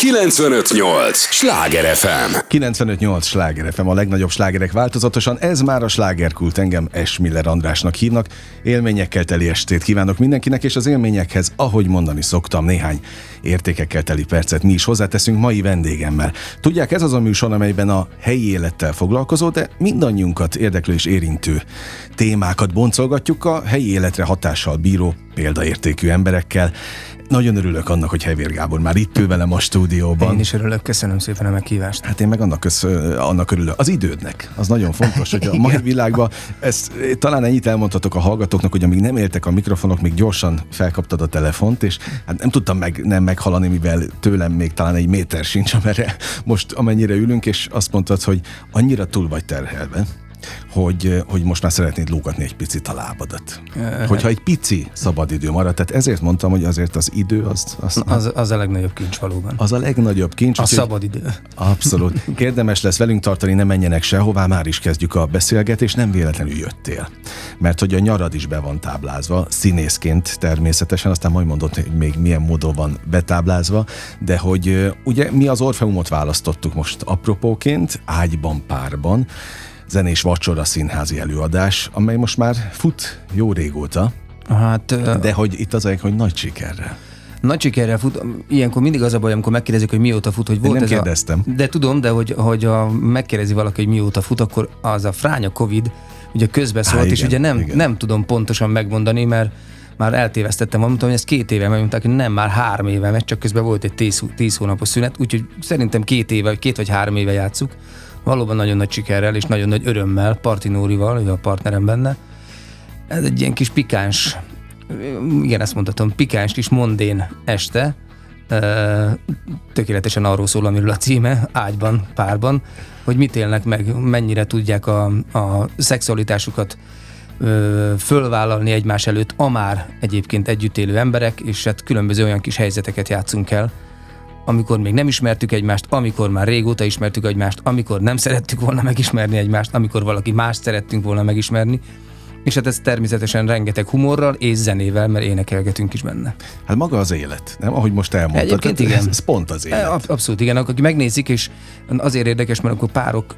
95.8 Sláger FM. 95.8 Sláger FM, a legnagyobb slágerek változatosan. Ez már a slágerkult, engem S. Miller Andrásnak hívnak. Élményekkel teli estét kívánok mindenkinek, és az élményekhez, ahogy mondani szoktam, néhány értékekkel teli percet mi is hozzáteszünk mai vendégemmel. Tudják, ez az a műsor, amelyben a helyi élettel foglalkozó, de mindannyiunkat érdeklő és érintő témákat boncolgatjuk a helyi életre hatással bíró példaértékű emberekkel. Nagyon örülök annak, hogy Hevér Gábor már itt ül velem a stúdióban. Én is örülök, köszönöm szépen a meghívást. Hát én meg annak örülök. Az idődnek, az nagyon fontos, hogy a mai világban, ezt talán ennyit elmondhatok a hallgatóknak, hogy amíg nem éltek a mikrofonok, még gyorsan felkaptad a telefont, és hát nem tudtam nem meghalani, mivel tőlem még talán egy méter sincs, amerre most amennyire ülünk, és azt mondtad, hogy annyira túl vagy terhelve, hogy most már szeretnéd lógatni egy picit a lábadat. Hogyha egy pici szabadidő marad, tehát ezért mondtam, hogy azért az idő az a legnagyobb kincs valóban. Az a legnagyobb kincs. A szabadidő. Abszolút. Érdemes lesz velünk tartani, ne menjenek sehová, már is kezdjük a beszélgetést, nem véletlenül jöttél. Mert hogy a nyarad is be van táblázva, színészként természetesen, aztán majd mondod, hogy még milyen módon van betáblázva, de hogy ugye mi az Orfeumot választottuk most apropóként, Ágyban párban, zenés vacsora színházi előadás, amely most már fut jó régóta, de hogy itt az hogy nagy sikerrel. Nagy sikerrel fut, ilyenkor mindig az a baj, amikor megkérdezik, hogy mióta fut, hogy volt nem ez kérdeztem. De tudom, de hogy megkérdezi valaki, hogy mióta fut, akkor az a fránya Covid ugye közbeszólt, és ugye nem tudom pontosan megmondani, mert már eltévesztettem, mondtam, hogy ez 2 éve, mert mondták, hogy nem, már 3 éve, mert csak közben volt egy 10 hónapos szünet, úgyhogy szerintem 2 vagy 3 éve játsszuk. Valóban nagyon nagy sikerrel és nagyon nagy örömmel, Parti Nórival, ő a partnerem benne. Ez egy ilyen kis pikáns, igen, ezt mondhatom, pikáns kis mondén este. Tökéletesen arról szól, amiről a címe, Ágyban, párban, hogy mit élnek meg, mennyire tudják a szexualitásukat fölvállalni egymás előtt, a már egyébként együtt élő emberek, és hát különböző olyan kis helyzeteket játszunk el, amikor még nem ismertük egymást, amikor már régóta ismertük egymást, amikor nem szerettük volna megismerni egymást, amikor valaki mást szerettünk volna megismerni, és hát ez természetesen rengeteg humorral és zenével, mert énekelgetünk is benne. Hát maga az élet, nem? Ahogy most elmondtad. Egyébként igen. Ez pont az élet. Abszolút igen, aki megnézik, és azért érdekes, mert akkor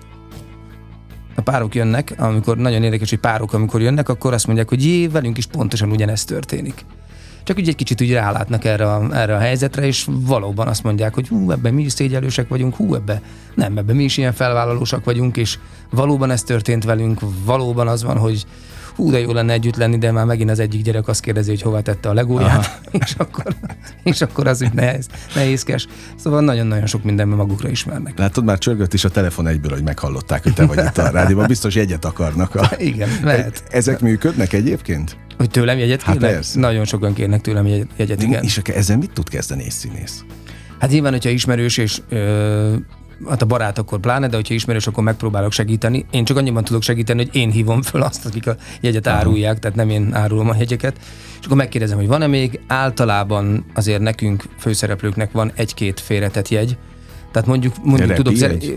párok jönnek, amikor nagyon érdekes, hogy párok, amikor jönnek, akkor azt mondják, hogy velünk is pontosan ugyanezt történik. Csak úgy egy kicsit úgy rálátnak erre a helyzetre, és valóban azt mondják, hogy ebben mi is szégyellősek vagyunk, ebben mi is ilyen felvállalósak vagyunk, és valóban ez történt velünk, valóban az van, hogy de jó lenne együtt lenni, de már megint az egyik gyerek azt kérdezi, hogy hova tette a legóját, és akkor az úgy nehézkes. Szóval nagyon-nagyon sok mindenben magukra ismernek. Látod, már csörgött is a telefon egyből, hogy meghallották, hogy te vagy itt a rádióban. Biztos jegyet akarnak. Igen, lehet. Ezek működnek egyébként? Hogy tőlem jegyet kérnek? Persze. Nagyon sokan kérnek tőlem jegyet, igen. És ezzel mit tud kezdeni egy színész? Hát nyilván, hogyha ismerős, és hát a barát akkor pláne, de hogyha ismerős, akkor megpróbálok segíteni. Én csak annyiban tudok segíteni, hogy én hívom föl azt, akik a jegyet árulják, tehát nem én árulom a jegyeket. És akkor megkérdezem, hogy van-e még? Általában azért nekünk, főszereplőknek van 1-2 félretett jegy. Tehát mondjuk tudok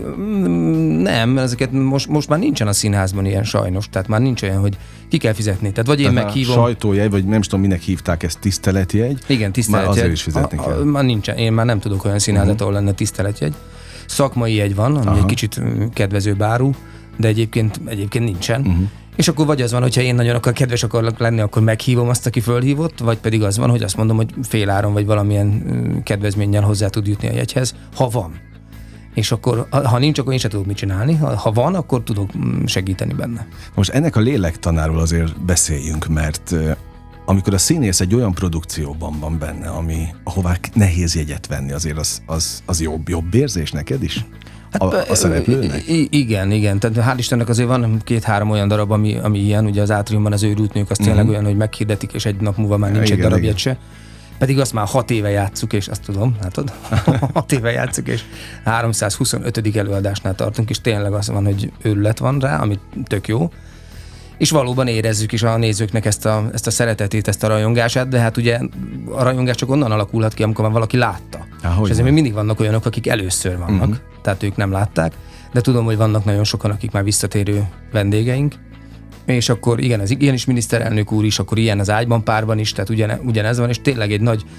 nem, ezeket most már nincsen a színházban ilyen sajnos, tehát már nincs olyan, hogy ki kell fizetni. Tehát vagy én meghívom. Sajtójegy, vagy nem tudom, minek hívták ezt, tiszteletjegy. Igen, tiszteletjegy. Már azért is fizetni kell. Már nincsen, én már nem tudok olyan színházat, ahol lenne tiszteletjegy. Szakmai jegy van, ami egy kicsit kedvezőbb áru, de egyébként nincsen. És akkor vagy az van, hogyha én nagyon kedves akarok lenni, akkor meghívom azt, aki fölhívott, vagy pedig az van, hogy azt mondom, hogy féláron vagy valamilyen kedvezménnyel hozzá tud jutni a jegyhez, ha van. És akkor, ha nincs, akkor én sem tudok mit csinálni. Ha van, akkor tudok segíteni benne. Most ennek a lélektanáról azért beszéljünk, mert amikor a színész egy olyan produkcióban van benne, ahová nehéz jegyet venni, azért az jobb érzés neked is? Hát, a szereplőnek? Igen. Tehát hál' Istennek azért van 2-3 olyan darab, ami ilyen, ugye az Átriumban az Őrült nők, az tényleg olyan, hogy meghirdetik, és egy nap múlva már nincs egy darabjegy se. Pedig azt már 6 éve játsszuk, és azt tudom, látod? 6 éve játsszuk, és 325. előadásnál tartunk, és tényleg az van, hogy őrület van rá, ami tök jó. És valóban érezzük is a nézőknek ezt a szeretetét, ezt a rajongását, de hát ugye a rajongás csak onnan alakulhat ki, amikor már valaki látta. És ezért még mindig vannak olyanok, akik először vannak, tehát ők nem látták, de tudom, hogy vannak nagyon sokan, akik már visszatérő vendégeink, és akkor igen, az igenis miniszterelnök úr is, akkor ilyen az Ágyban párban is, tehát ugyanez van, és tényleg egy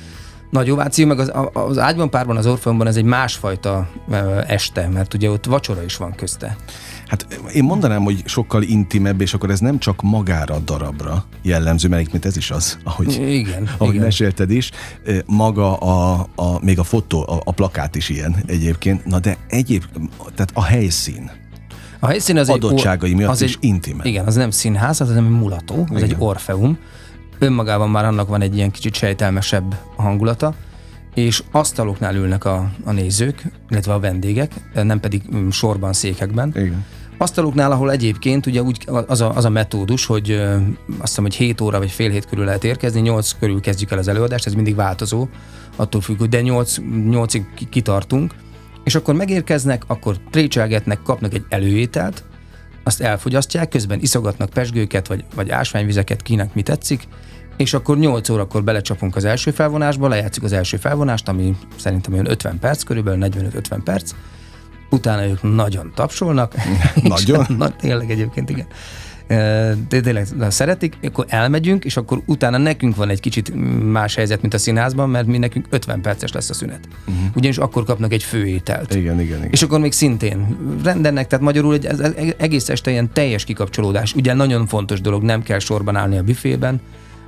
Nagy ováció, meg az Ágyban párban, az Orfeumban ez egy másfajta este, mert ugye ott vacsora is van közte. Hát én mondanám, hogy sokkal intimebb, és akkor ez nem csak magára a darabra jellemző, mert mint ez is az, ahogy mesélted is. Maga még a fotó, a plakát is ilyen egyébként, na de tehát a helyszín. A helyszín az adottságai miatt is intim. Igen, az nem színház, az nem mulató, az egy Orfeum. Önmagában már annak van egy ilyen kicsit sejtelmesebb hangulata, és asztaloknál ülnek a nézők, illetve a vendégek, nem pedig sorban, székekben. Igen. Asztaloknál, ahol egyébként ugye úgy az a metódus, hogy azt hiszem, hogy 7 óra vagy fél 7 körül lehet érkezni, 8 körül kezdjük el az előadást, ez mindig változó, attól függ, de 8-ig kitartunk, és akkor megérkeznek, akkor trécselgetnek, kapnak egy előételt, azt elfogyasztják, közben iszogatnak pezsgőket, vagy ásványvizeket, kinek mi tetszik, és akkor 8 órakor belecsapunk az első felvonásba, lejátszuk az első felvonást, ami szerintem olyan 50 perc, körülbelül 45-50 perc, utána ők nagyon tapsolnak. Nagyon? Tényleg egyébként, igen. Tényleg szeretik, akkor elmegyünk, és akkor utána nekünk van egy kicsit más helyzet, mint a színházban, mert mi nekünk 50 perces lesz a szünet. Ugyanis akkor kapnak egy főételt. Igen. És akkor még szintén rendelnek, tehát magyarul egész este ilyen teljes kikapcsolódás. Ugye nagyon fontos dolog, nem kell sorban állni a büfében,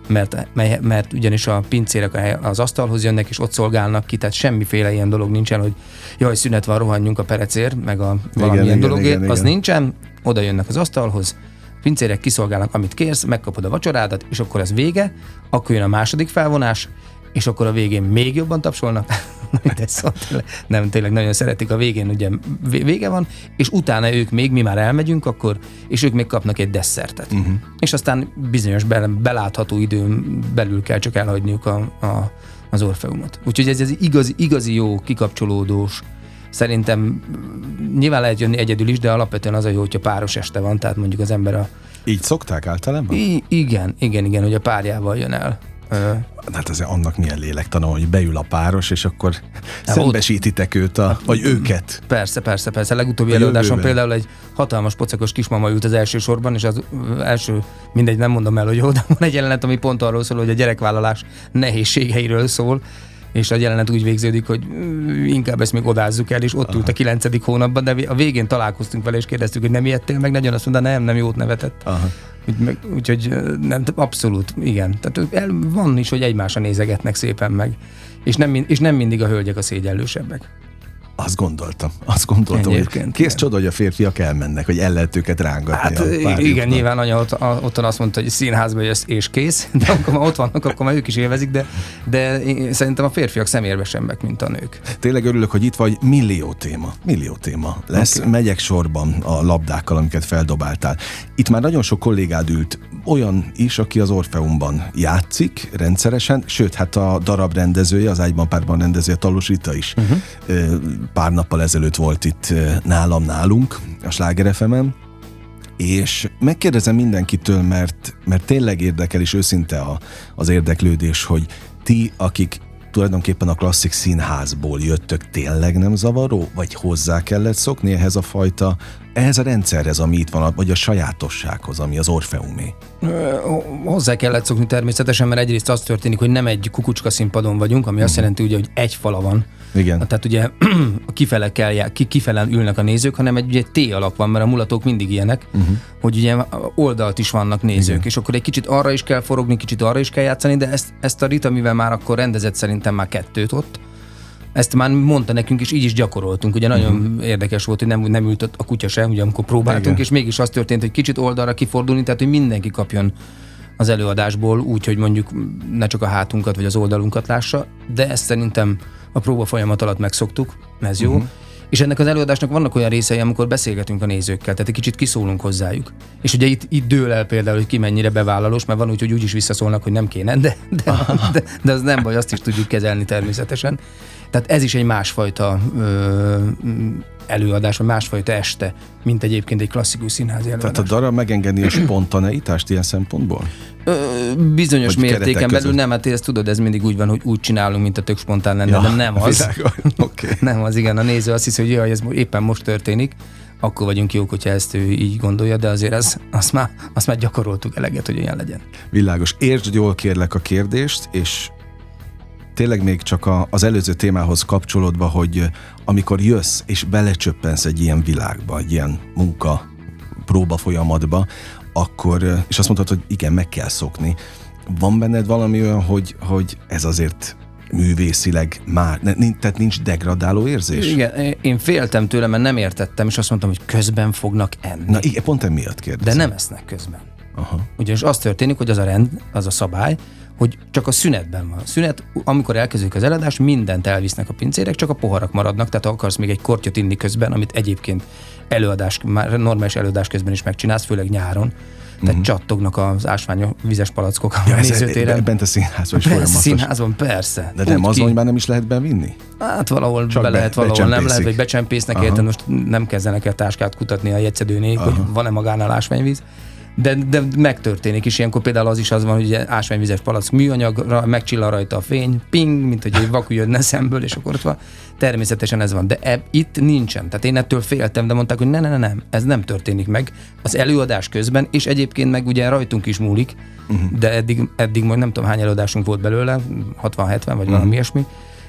mert ugyanis a pincérek az asztalhoz jönnek, és ott szolgálnak ki, tehát semmiféle ilyen dolog nincsen, hogy jaj, szünet van, rohanjunk a perecér, meg a valamilyen dologért, az nincsen, oda jönnek az asztalhoz, pincérek kiszolgálnak, amit kérsz, megkapod a vacsorádat, és akkor ez vége, akkor jön a második felvonás, és akkor a végén még jobban tapsolnak. De szóval tényleg nagyon szeretik, a végén ugye vége van, és utána ők még, mi már elmegyünk akkor, és ők még kapnak egy desszertet. És aztán bizonyos belátható időn belül kell csak elhagyniuk az Orfeumot. Úgyhogy ez igazi jó kikapcsolódós. Szerintem nyilván lehet jönni egyedül is, de alapvetően az a jó, hogyha páros este van, tehát mondjuk az ember Így szokták általában? Igen, hogy a párjával jön el. Hát azért annak milyen lélektana, hogy beül a páros, és akkor szembesítitek őt, vagy őket. Persze. Legutóbbi előadáson például egy hatalmas pocakos kismama ült az első sorban, és az első, mindegy, nem mondom el, hogy jó, de van egy jelenet, ami pont arról szól, hogy a gyerekvállalás nehézségeiről szól, és a jelenet úgy végződik, hogy inkább ezt még odázzuk el, és ott ült a 9. hónapban, de a végén találkoztunk vele, és kérdeztük, hogy nem ijedtél meg, nagyon azt mondta, nem jót nevetett. Úgyhogy nem, abszolút, igen. Tehát van is, hogy egymásra nézegetnek szépen meg, és nem mindig a hölgyek a szégyenlősebbek. Azt gondoltam, hogy kész csoda, hogy a férfiak elmennek, hogy el lehet őket rángatni. Hát igen, nyilván anya otthon azt mondta, hogy színházba jössz és kész, de akkor már ott vannak, akkor már ők is élvezik, de szerintem a férfiak szemérmesebbek, mint a nők. Tényleg örülök, hogy itt vagy, millió téma lesz. Okay. Megyek sorban a labdákkal, amiket feldobáltál. Itt már nagyon sok kollégád ült, olyan is, aki az Orfeumban játszik rendszeresen, sőt, hát a darab rendezője, az Ágyban párban rendezője, Talós Rita is pár nappal ezelőtt volt itt nálunk, a Sláger FM-en, és megkérdezem mindenkitől, mert tényleg érdekel, és őszinte az érdeklődés, hogy ti, akik tulajdonképpen a klasszik színházból jöttök, tényleg nem zavaró? Vagy hozzá kellett szokni ehhez a rendszerhez, ami itt van, vagy a sajátossághoz, ami az Orfeumé? Hozzá kellett szokni természetesen, mert egyrészt az történik, hogy nem egy kukucska színpadon vagyunk, ami azt jelenti, ugye, hogy egy fala van. Igen. Tehát ugye kifele ülnek a nézők, hanem egy T alak van, mert a mulatók mindig ilyenek, hogy ugye oldalt is vannak nézők, igen. És akkor egy kicsit arra is kell forogni, kicsit arra is kell játszani, de ezt a Rita, mivel már akkor rendezett szerintem már 2 ott, ezt már mondta nekünk, és így is gyakoroltunk. Ugye nagyon érdekes volt, hogy nem ült a kutya sem, ugye amikor próbáltunk, igen. És mégis az történt, hogy kicsit oldalra kifordulni, tehát hogy mindenki kapjon az előadásból úgy, hogy mondjuk ne csak a hátunkat vagy az oldalunkat lássa, de ezt szerintem a próba folyamat alatt megszoktuk, ez jó. És ennek az előadásnak vannak olyan részei, amikor beszélgetünk a nézőkkel, tehát egy kicsit kiszólunk hozzájuk. És ugye itt dől el például, hogy ki mennyire bevállalós, mert van úgy, hogy úgyis visszaszólnak, hogy nem kéne, de az nem baj, azt is tudjuk kezelni természetesen. Tehát ez is egy másfajta előadás, vagy másfajta este, mint egyébként egy klasszikus színházi előadás. Tehát a darab megengedi a spontaneitást ilyen szempontból? Bizonyos mértéken belül nem, hát ezt tudod, ez mindig úgy van, hogy úgy csinálunk, mint a tök spontán lenne, de nem az. Okay. Nem az, igen, a néző azt hiszi, hogy jaj, ez éppen most történik, akkor vagyunk jók, hogyha ezt ő így gondolja, de azért azt már gyakoroltuk eleget, hogy olyan legyen. Világos. Értsd jól, kérlek, a kérdést, és tényleg még csak az előző témához kapcsolódva, hogy amikor jössz és belecsöppensz egy ilyen világba, egy ilyen munka próba folyamatba, akkor, és azt mondtad, hogy igen, meg kell szokni. Van benned valami olyan, hogy ez azért művészileg már, tehát nincs degradáló érzés? Igen, én féltem tőle, mert nem értettem, és azt mondtam, hogy közben fognak enni. Na igen, pont emiatt kérdezem. De nem esznek közben. Aha. Ugyanis az történik, hogy az a rend, az a szabály, hogy csak a szünetben van. Szünet, amikor elkezdődik az eladás, mindent elvisznek a pincérek, csak a poharak maradnak, tehát ha akarsz még egy kortyot inni közben, amit egyébként már normális előadás közben is megcsinálsz, főleg nyáron, tehát csattognak az ásványvizes palackok a nézőtéren. Bent a színházban is folyamatos. Színházban, persze. De nem azon, hogy már nem is lehet bevinni? Hát valahol csak be lehet, valahol nem lehet, vagy becsempésznek, érted, most nem kezdenek el táskát kutatni a jegyszedőnék, hogy van-e magánál ásványvíz. De megtörténik is, ilyenkor például az is az van, hogy ásványvizes palack műanyagra, megcsillan rajta a fény, ping, mint hogy egy vaku jönne szemből, és akkor ott van. Természetesen ez van, de itt nincsen. Tehát én ettől féltem, de mondták, hogy nem, ez nem történik meg az előadás közben, és egyébként meg ugye rajtunk is múlik, de eddig majd nem tudom hány előadásunk volt belőle, 60-70 vagy valami ilyesmi.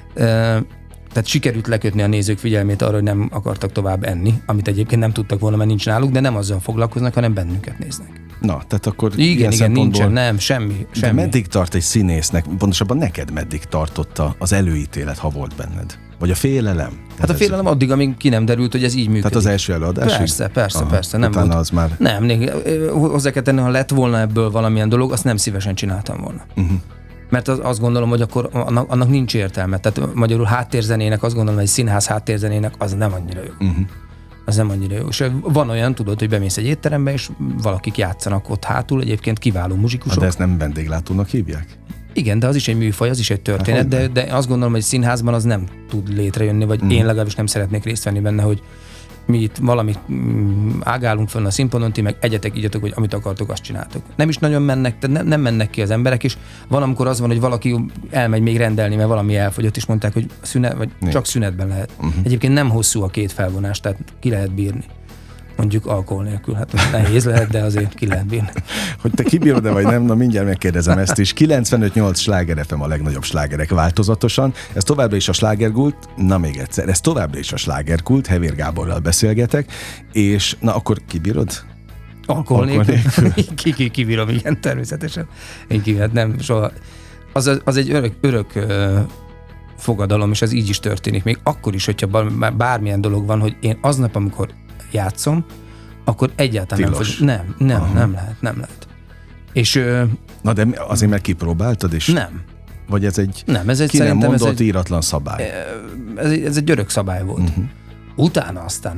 Tehát sikerült lekötni a nézők figyelmét arra, hogy nem akartak tovább enni, amit egyébként nem tudtak volna, mert nincs náluk, de nem azzal foglalkoznak, hanem bennünket néznek. Na, tehát akkor igen, nincsen, nem, semmi. De meddig tart egy színésznek, pontosabban neked meddig tartotta az előítélet, ha volt benned? Vagy a félelem? Hát a félelem addig, amíg ki nem derült, hogy ez így működik. Tehát az első előadás? Persze. Nem volt. Az már... Nem, hozzá kell tenni, ha lett volna ebből valamilyen dolog, azt nem szívesen csináltam volna. Mert azt gondolom, hogy akkor annak nincs értelme. Tehát magyarul háttérzenének, azt gondolom, hogy egy színház háttérzenének, az nem annyira jó. Az nem annyira jó. És van olyan, tudod, hogy bemész egy étterembe, és valakik játszanak ott hátul, egyébként kiváló muzsikusok. De ezt nem vendéglátónak hívják? Igen, de az is egy műfaj, az is egy történet, de azt gondolom, hogy színházban az nem tud létrejönni, vagy én legalábbis nem szeretnék részt venni benne, hogy mi itt valamit ágálunk fönn a színpadon, ti meg egyetek, ígyatok, hogy amit akartok, azt csináltok. Nem is nagyon mennek, tehát nem mennek ki az emberek, és van, amikor az van, hogy valaki elmegy még rendelni, mert valami elfogyott, és mondták, hogy csak szünetben lehet. Egyébként nem hosszú a két felvonás, tehát ki lehet bírni. Mondjuk alkohol nélkül, hát nehéz lehet, de azért ki lehet bírni. Hogy te kibírod-e vagy nem, na mindjárt megkérdezem ezt is. 95.8 Sláger FM a legnagyobb slágerek változatosan. Ez továbbra is a slágerkult, na még egyszer, ez továbbra is a slágerkult, Hevér Gáborral beszélgetek, és na akkor kibírod? Alkohol nélkül? Kibírom, igen, természetesen. Én kibírom, nem, soha. Az egy örök fogadalom, és ez így is történik. Még akkor is, hogyha bármilyen dolog van, hogy én aznap, amikor játszom, akkor egyáltalán tilos. Nem lehet. És... Na de azért meg kipróbáltad is? Nem. Vagy ez egy ki nem mondott íratlan szabály? Ez egy örök szabály volt. Utána aztán,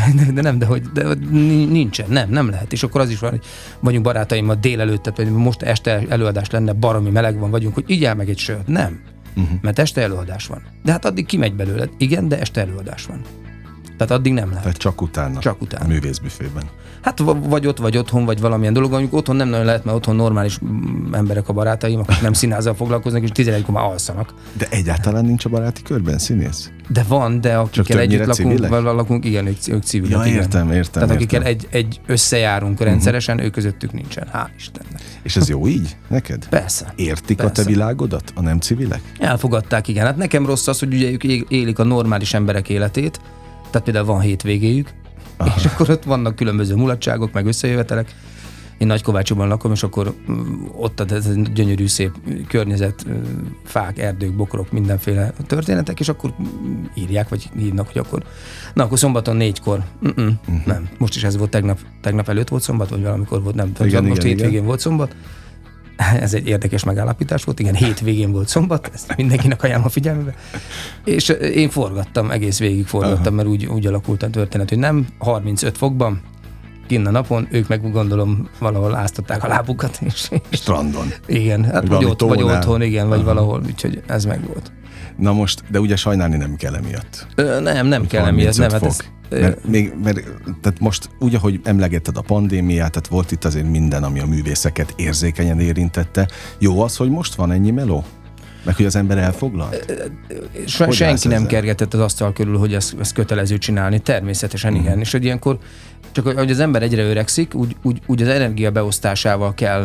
de nincsen, nem lehet. És akkor az is van, hogy vagyunk barátaimmal délelőtt, tehát most este előadás lenne, baromi meleg van, vagyunk, hogy így meg egy sört. Nem. Mert este előadás van. De hát addig kimegy belőled. Igen, de este előadás van. Tehát addig nem lehet. Tehát csak utána. A művészbüfében. Hát vagy ott, vagy otthon, vagy valamilyen dolog, amikor otthon nem nagyon lehet, mert otthon normális emberek a barátaim, akik nem színházzal foglalkoznak, és 11-kor már alszanak. De egyáltalán nincs a baráti körben színész? De van, de akikkel együtt lakunk, igen, ők civilek. Ja, értem. Tehát akikkel egy összejárunk rendszeresen, ők közöttük nincsen. Hál' Istennek. És ez jó így neked? Persze. Értik a te világodat, a nem civilek? Elfogadták, igen. Hát nekem rossz az, hogy ugye ők élik a normális emberek életét, tehát például van hétvégéjük, és akkor ott vannak különböző mulatságok, meg összejövetelek. Én Nagykovácsiban lakom, és akkor ott ez egy gyönyörű, szép környezet, fák, erdők, bokrok, mindenféle történetek, és akkor írják, vagy hívnak, hogy akkor szombaton 4-kor. Nem, most is ez volt tegnap előtt volt szombat, vagy valamikor volt, nem tudom, most hétvégén volt szombat. Ez egy érdekes megállapítás volt, igen, hétvégén volt szombat, ezt mindenkinek ajánlom a figyelmébe. És én forgattam, egész végig forgattam, mert úgy alakult a történet, hogy nem 35 fokban, kinn a napon, ők meg gondolom valahol áztatták a lábukat. Strandon. Igen, hát vagy otthon, igen, vagy valahol, úgyhogy ez meg volt. Na most, de ugye sajnálni nem kell emiatt. Nem kell emiatt, nem. Hát mert tehát most úgy, ahogy emlegetted a pandémiát, tehát volt itt azért minden, ami a művészeket érzékenyen érintette. Jó az, hogy most van ennyi meló? Meg hogy az ember elfoglalt? Senki nem kergetett az asztal körül, hogy ezt kötelező csinálni. Természetesen igen. És hogy ilyenkor csak hogy az ember egyre öregszik, úgy az energiabeosztásával kell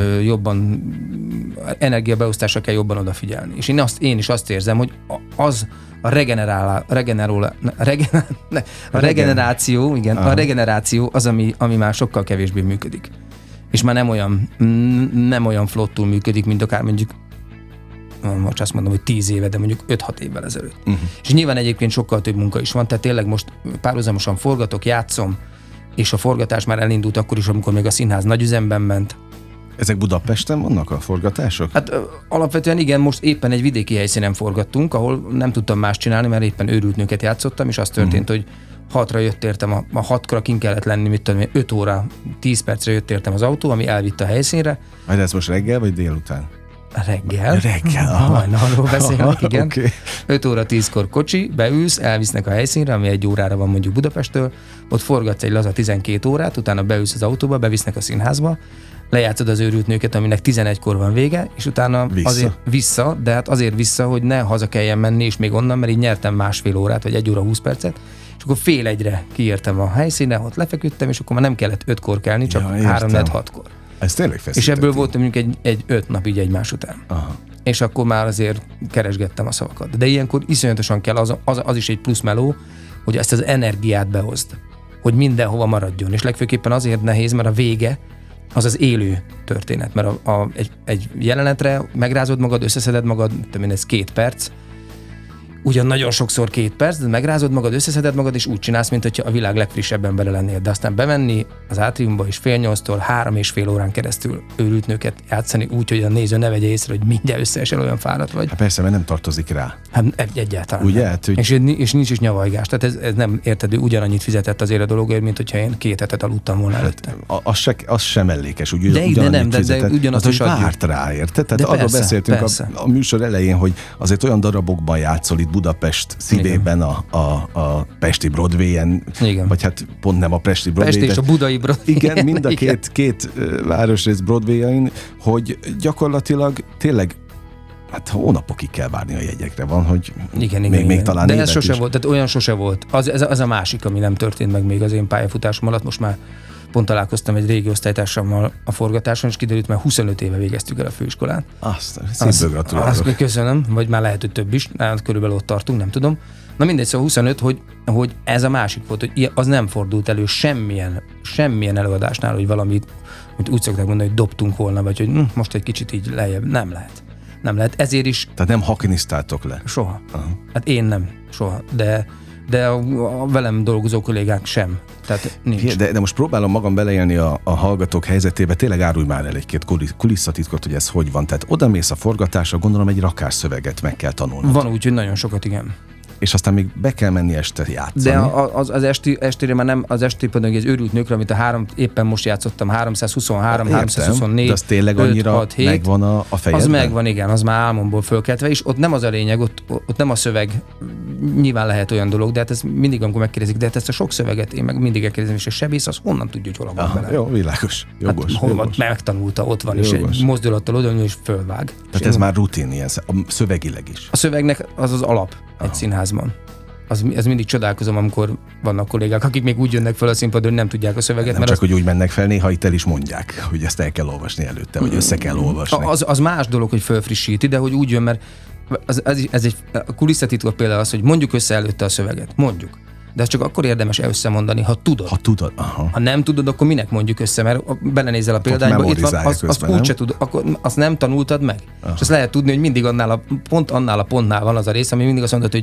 energiabeosztásra kell jobban odafigyelni. És én is azt érzem, hogy a regeneráció az, ami már sokkal kevésbé működik. És már nem olyan flottul működik, mint akár mondjuk most azt mondom, hogy 10 éve, de mondjuk 5-6 évvel ezelőtt. És nyilván egyébként sokkal több munka is van, tehát tényleg most párhuzamosan forgatok, játszom, és a forgatás már elindult akkor is, amikor még a színház nagy üzemben ment. Ezek Budapesten vannak a forgatások? Hát alapvetően igen, most éppen egy vidéki helyszínen forgattunk, ahol nem tudtam más csinálni, mert éppen őrült nőket játszottam, és az történt, hogy 6-ra jött értem, a 6-kora kint kellett lenni, 5 óra, 10 percre jött értem az autó, ami elvitt a helyszínre. Majd ez most reggel, vagy délután? Reggel. Hajnalról beszélnek, igen. Okay. 5 óra 10-kor kocsi, beülsz, elvisznek a helyszínre, ami 1 órára van mondjuk Budapesttől, ott forgatsz egy laza 12 órát, utána beülsz az autóba, bevisznek a színházba, lejátszod az őrült nőket, aminek 11-kor van vége, és utána azért vissza, de hát azért vissza, hogy ne haza kelljen menni, és még onnan, mert így nyertem 1,5 órát, vagy 1 óra 20 percet, és akkor 5:30 kiértem a helyszínre, ott lefeküdtem, és akkor már nem kellett 5-kor kelni, csak 3-4-6-kor. Ez tényleg feszített. És ebből volt mondjuk egy 5 nap így egymás után. Aha. És akkor már azért keresgettem a szavakat. De ilyenkor iszonyatosan kell, az is egy plusz meló, hogy ezt az energiát behozd, hogy mindenhova maradjon. És legfőképpen azért nehéz, mert a vége az élő történet. Mert egy jelenetre megrázod magad, összeszeded magad, ez 2 perc, ugyan nagyon sokszor 2 perc, de megrázod magad, összeszeded magad, és úgy csinálsz, mint hogyha a világ legfrissebb embere lennél. De aztán bemenni az átriumba, és 7:30-tól 3,5 órán keresztül őrült nőket játszani úgy, hogy a néző ne vegye észre, hogy mindjárt összeesel, olyan fáradt vagy. Hát persze, mert nem tartozik rá. Hát egyáltalán. Ugye? Hát, hogy... és nincs is nyavajgás. Tehát ez nem érted, ugyanannyit fizetett azért a dologért, mint hogyha én 2 hetet aludtam volna előtte. Az sem mellékes, úgy de ugyanazt is várt rá, érted? Tehát arról beszéltünk a műsor elején, hogy azért olyan darabokban játszol itt Budapest szívében, a Pesti Broadway-en, vagy hát pont nem a Pesti Broadway. Pesti és a budai Broadway. Igen, mind a két városrész Broadway-jain, hogy gyakorlatilag tényleg hát hónapokig kell várni a jegyekre van, hogy még talán de ez sose volt, tehát olyan sose volt. Az a másik, ami nem történt meg még az én pályafutásom alatt. Most már pont találkoztam egy régi osztálytársammal a forgatáson, és kiderült, mert 25 éve végeztük el a főiskolán. Szívből gratulálok. Azt köszönöm, vagy már lehet, hogy több is, körülbelül ott tartunk, nem tudom. Na mindegy, szóval 25, hogy ez a másik volt, hogy az nem fordult elő semmilyen előadásnál, hogy valamit, mint úgy szokták mondani, hogy dobtunk volna, vagy hogy most egy kicsit így lejjebb. Nem lehet. Ezért is... Tehát nem haknisztáltok le? Soha. Hát én nem. Soha. De a velem dolgozó kollégák sem. Tehát nincs. De most próbálom magam beleélni a hallgatók helyzetébe. Tényleg árulj már el egy-két kulisszatitkot, hogy ez hogy van. Tehát odamész a forgatásra, gondolom egy rakás szöveget meg kell tanulnod. Van úgy, hogy nagyon sokat, igen. És aztán még be kell menni este játszani. De az estére már nem, az esti pedig az őrült nőkre, amit éppen most játszottam, 323, értem, 324, de az tényleg 5, annyira 6, 7, megvan a fejedben? Az megvan, igen, az már álmomból fölkeltve, és ott nem az a lényeg, ott nem a szöveg, nyilván lehet olyan dolog, de hát ez mindig, amikor megkérdezik, de hát ezt a sok szöveget én meg mindig elkérdezem, és a sebész az honnan tudja, hogy hol van bele. Jó, világos, jogos. Hát, jogos. Megtanulta, ott van, jogos. És egy mozdulattal odaülni, és fölvág. Tehát ez már rutin, ilyen szövegileg is. A szövegnek az az alap egy színházban. Ez mindig csodálkozom, amikor vannak kollégák, akik még úgy jönnek fel a színpadon, hogy nem tudják a szöveget. Nem csak, hogy úgy mennek fel, néha itt el is mondják, hogy ezt el kell olvasni előtte, vagy össze kell olvasni. Az más dolog, hogy fölfrissíti, de hogy úgy jön, mert ez egy kulisszatitkot például az, hogy mondjuk össze előtte a szöveget. Mondjuk. De ezt csak akkor érdemes összemondani, ha tudod. Aha. Ha nem tudod, akkor minek mondjuk össze, mert belenézel a példányba, itt van, azt úgyse tudod, akkor azt nem tanultad meg. Aha. És azt lehet tudni, hogy mindig annál a pontnál van az a rész, ami mindig azt mondod, hogy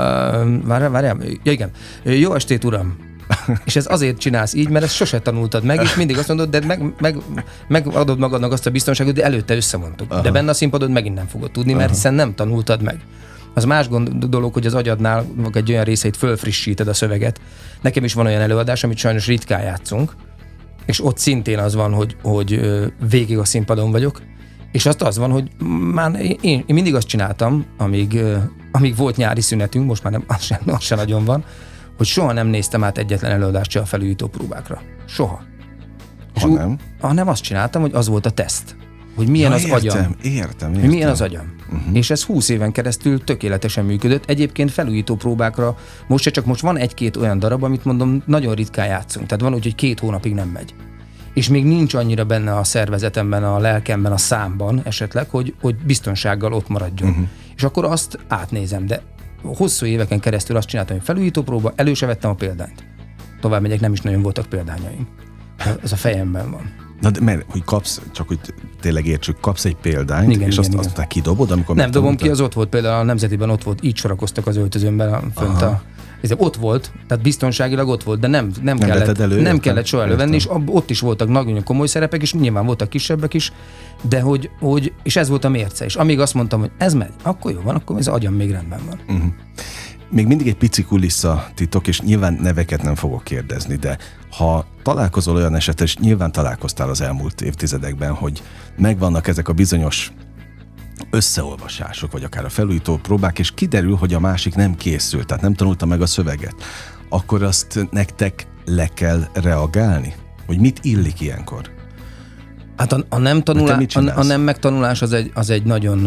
várjál, ja igen, jó estét, uram. És ez azért csinálsz így, mert ezt sose tanultad meg, és mindig azt mondod, de megadod magadnak azt a biztonságot, de előtte összemondtuk. De benne a színpadon megint nem fogod tudni, mert hiszen nem tanultad meg. Az más dolog, hogy az agyadnál egy olyan részeit fölfrissíted a szöveget. Nekem is van olyan előadás, amit sajnos ritkán játszunk, és ott szintén az van, hogy végig a színpadon vagyok, és az van, hogy már én mindig azt csináltam, amíg volt nyári szünetünk, most már nem, az sem nagyon van, hogy soha nem néztem át egyetlen előadást se a felújító próbákra. Soha. Nem? Hanem azt csináltam, hogy az volt a teszt. hogy milyen az agyam. Értem. Milyen az agyam. És ez 20 éven keresztül tökéletesen működött. Egyébként felújító próbákra most van egy-két olyan darab, amit mondom, nagyon ritkán játszunk. Tehát van úgy, hogy 2 hónapig nem megy. És még nincs annyira benne a szervezetemben, a lelkemben, a számban esetleg, hogy biztonsággal ott maradjon. És akkor azt átnézem, de hosszú éveken keresztül azt csináltam, hogy felújító próba, elő se vettem a példányt. Tovább megyek, nem is nagyon voltak példányaim. Ez a fejemben van. Na, de mert hogy kapsz, csak hogy tényleg értsük, kapsz egy példányt, és azt aztán kidobod, amikor nem dobom ki, az ott volt, például a Nemzetiben ott volt, így sorakoztak az öltözőmben fönt ott volt, tehát biztonságilag ott volt, de nem kellett soha elővenni, és ott is voltak nagyon komoly szerepek, és nyilván voltak kisebbek is, de hogy és ez volt a mérce, és amíg azt mondtam, hogy ez megy, akkor jó van, akkor az agyam még rendben van. Még mindig egy pici kulisszatitok, és nyilván neveket nem fogok kérdezni, de ha találkozol olyan esetre, és nyilván találkoztál az elmúlt évtizedekben, hogy megvannak ezek a bizonyos összeolvasások, vagy akár a felújító próbák, és kiderül, hogy a másik nem készült, tehát nem tanulta meg a szöveget, akkor azt nektek le kell reagálni? Hogy mit illik ilyenkor? Hát a nem megtanulás az egy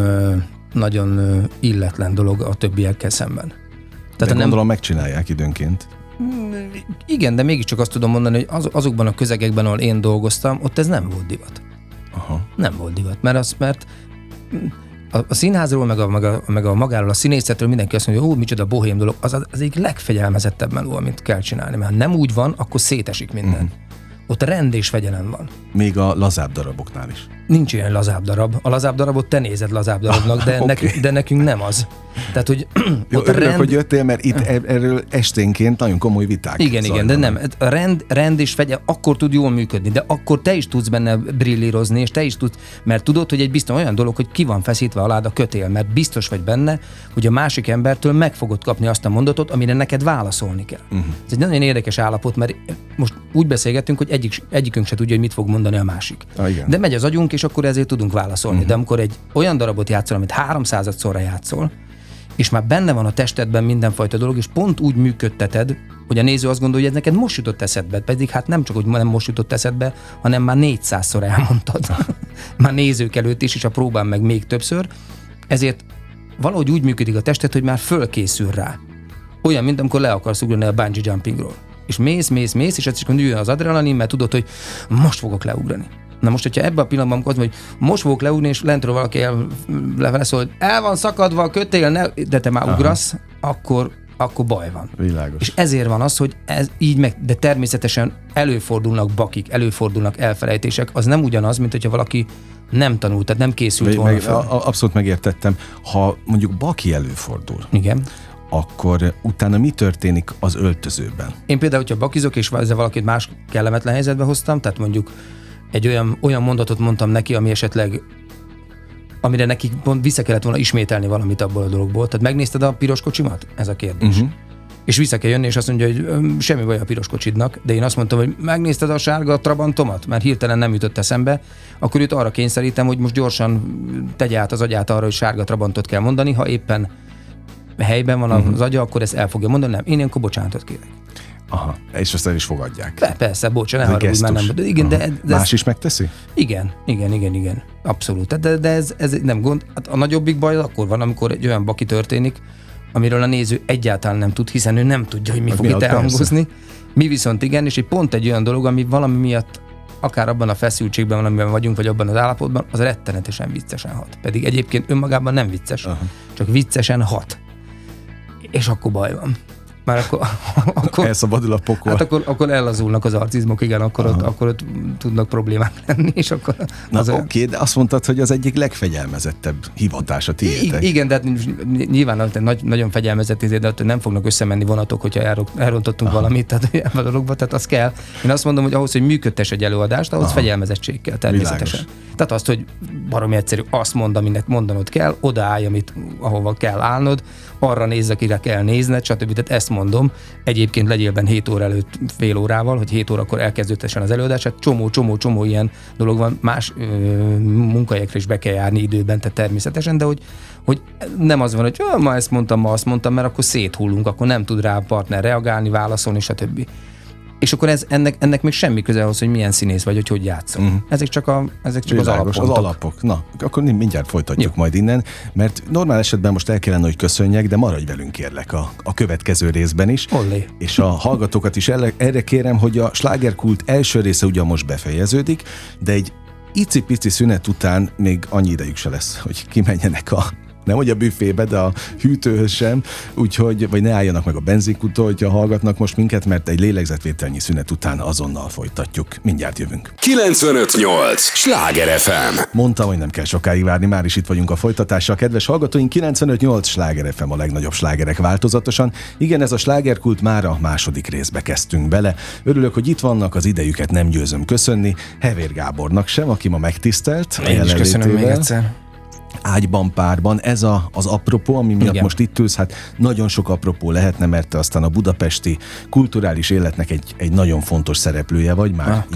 nagyon illetlen dolog a többiekkel szemben. Tehát de gondolom megcsinálják időnként. Igen, de mégiscsak azt tudom mondani, hogy azokban a közegekben, ahol én dolgoztam, ott ez nem volt divat. Nem volt divat, mert a színházról, meg a magáról, a színészetről mindenki azt mondja, hogy micsoda bohém dolog, az egyik legfegyelmezettebb meló, amit kell csinálni, mert ha nem úgy van, akkor szétesik minden. Ott rend és fegyelem van. Még a lazább daraboknál is. Nincs ilyen lazább darab. A lazább darabot te nézed lazább darabnak, de nekünk nem az. Tehát, hogy jó, ott örülök, hogy jöttél, mert itt erről esténként nagyon komoly viták. Igen, de nem. A rend és fegyelem akkor tud jól működni, de akkor te is tudsz benne brillírozni, és te is tudsz, mert tudod, hogy egy biztos olyan dolog, hogy ki van feszítve alád a kötél, mert biztos vagy benne, hogy a másik embertől meg fogod kapni azt a mondatot, amire neked válaszolni kell. Ez egy nagyon érdekes állapot, mert most úgy beszélgettünk, hogy egyikünk se tudja, hogy mit fog mondani a másik. De megy az agyunk, és akkor ezért tudunk válaszolni. De amikor egy olyan darabot játszol, amit 300-szorra játszol, és már benne van a testedben mindenfajta dolog, és pont úgy működteted, hogy a néző azt gondolja, hogy ez neked most jutott eszedbe, pedig hát nem csak, hogy nem most jutott eszedbe, hanem már 400-szor elmondtad. Már nézők előtt is, és a próbán meg még többször. Ezért valahogy úgy működik a tested, hogy már fölkészül rá. Olyan, mint amikor le akarsz ugrani a bungee jumpingról. És mész, és ez is jön az adrenalin, mert tudod, hogy most fogok leugrani. Na most, hogyha ebben a pillanatban azt mondja, hogy most fogok leugni, és lentről valaki levele szól, hogy el van szakadva a kötél, de te már ugrasz, akkor baj van. Világos. És ezért van az, hogy ez így de természetesen előfordulnak bakik, előfordulnak elfelejtések. Az nem ugyanaz, mint hogyha valaki nem tanult, tehát nem készült volna fel. Abszolút megértettem. Ha mondjuk baki előfordul, igen, akkor utána mi történik az öltözőben? Én például, hogyha bakizok, és ezzel valakit más kellemetlen helyzetbe hoztam, tehát mondjuk egy olyan mondatot mondtam neki, ami esetleg, amire neki vissza kellett volna ismételni valamit abból a dologból. Tehát megnézted a piros kocsimat? Ez a kérdés. És vissza kell jönni, és azt mondja, hogy semmi baj a piros kocsidnak, de én azt mondtam, hogy megnézted a sárga Trabantomat? Mert hirtelen nem jutott eszembe, akkor őt arra kényszerítem, hogy most gyorsan tegye át az agyát arra, hogy sárga Trabantot kell mondani, ha éppen helyben van az agya, akkor ezt el fogja mondani, nem, én ilyenkor bocsánatot kérek. Aha, és azt el is fogadják. Persze, bocsánat, ne haragudj, már nem. Igen, de más is megteszi? Igen. Abszolút. De ez nem gond. A nagyobbik baj akkor van, amikor egy olyan baki történik, amiről a néző egyáltalán nem tud, hiszen ő nem tudja, hogy mi fog itt elhangozni. Mi viszont igen, és pont egy olyan dolog, ami valami miatt akár abban a feszültségben, amiben vagyunk, vagy abban az állapotban, az rettenetesen viccesen hat. Pedig egyébként önmagában nem vicces, csak viccesen hat. És akkor baj van. Már akkor elszabadul a pokol. Hát akkor ellazulnak az arcizmok, igen, akkor ott tudnak problémák lenni, és akkor... Oké, de azt mondtad, hogy az egyik legfegyelmezettebb hivatás a tiétek. Igen, de hát nyilván nagyon fegyelmezett, de nem fognak összemenni vonatok, hogyha elrontottunk valamit, tehát ebben a dologban, tehát az kell. Én azt mondom, hogy ahhoz, hogy működtess egy előadást, ahhoz fegyelmezettség kell természetesen. Világos. Tehát azt, hogy baromi egyszerű, azt mond, aminek mondanod kell, odaállj, ahova kell állnod, arra nézz, akire kell nézned, stb. Tehát ezt mondom. Egyébként legyél benne 7 óra előtt fél órával, hogy 7 órakor elkezdődhessen az előadás. Hát csomó ilyen dolog van. Más munkahelyekre is be kell járni időben, tehát természetesen, de hogy nem az van, hogy ma ezt mondtam, ma azt mondtam, mert akkor széthullunk, akkor nem tud rá a partner reagálni, válaszolni, stb. És akkor ennek még semmi köze ahhoz, hogy milyen színész vagy, hogy játszol. Ezek csak az alapok. Az alapok. Na, akkor mindjárt folytatjuk majd innen, mert normál esetben most el kellene, hogy köszönjek, de maradj velünk kérlek a következő részben is. Ollé. És a hallgatókat is erre kérem, hogy a slágerkult első része ugyan most befejeződik, de egy icipici szünet után még annyi idejük se lesz, hogy kimenjenek nem hogy a büfébe, de a hűtőhöz sem, úgyhogy, vagy ne álljanak meg a benzinkútól, hogyha hallgatnak most minket, mert egy lélegzetvételnyi szünet után azonnal folytatjuk. Mindjárt jövünk. 95.8 Sláger FM. Mondtam, hogy nem kell sokáig várni, már is itt vagyunk a folytatással. Kedves hallgatóink, 95.8 Sláger FM, a legnagyobb slágerek változatosan. Igen, ez a slágerkult, már a második részbe kezdtünk bele. Örülök, hogy itt vannak, az idejüket nem győzöm köszönni. Hevér Gábornak sem, aki ma megtisztelt. Én is köszönöm még egyszer. Ágyban párban. Ez az apropó, ami miatt most itt ülsz, hát nagyon sok apropó lehetne, mert te aztán a budapesti kulturális életnek egy nagyon fontos szereplője vagy már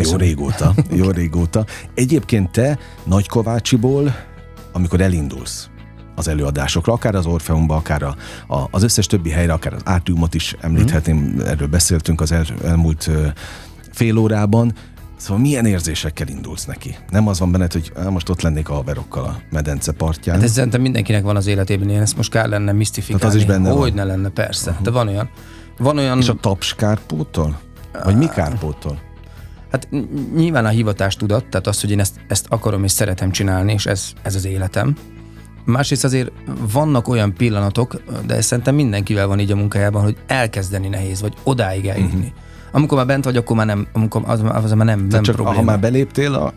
jó régóta. Egyébként te Nagykovácsiból, amikor elindulsz az előadásokra, akár az Orfeumba, akár az összes többi helyre, akár az Átriumot is említhetném, erről beszéltünk az elmúlt fél órában. Szóval milyen érzésekkel indulsz neki? Nem az van benned, hogy most ott lennék a haverokkal a medence partján? Hát ez szerintem mindenkinek van az életében ilyen, ezt most kell lenne misztifikálni. Hát az is benne hogy ne lenne, persze. De van olyan... És a taps kárpóttól? Vagy mi kárpóttól? Hát nyilván a hivatástudat, tehát az, hogy én ezt akarom és szeretem csinálni, és ez az életem. Másrészt azért vannak olyan pillanatok, de szerintem mindenkivel van így a munkájában, hogy elkezdeni nehéz, vagy odáig eljutni. Amikor már bent vagy, akkor már nem, az már nem csak probléma. Ha már beléptél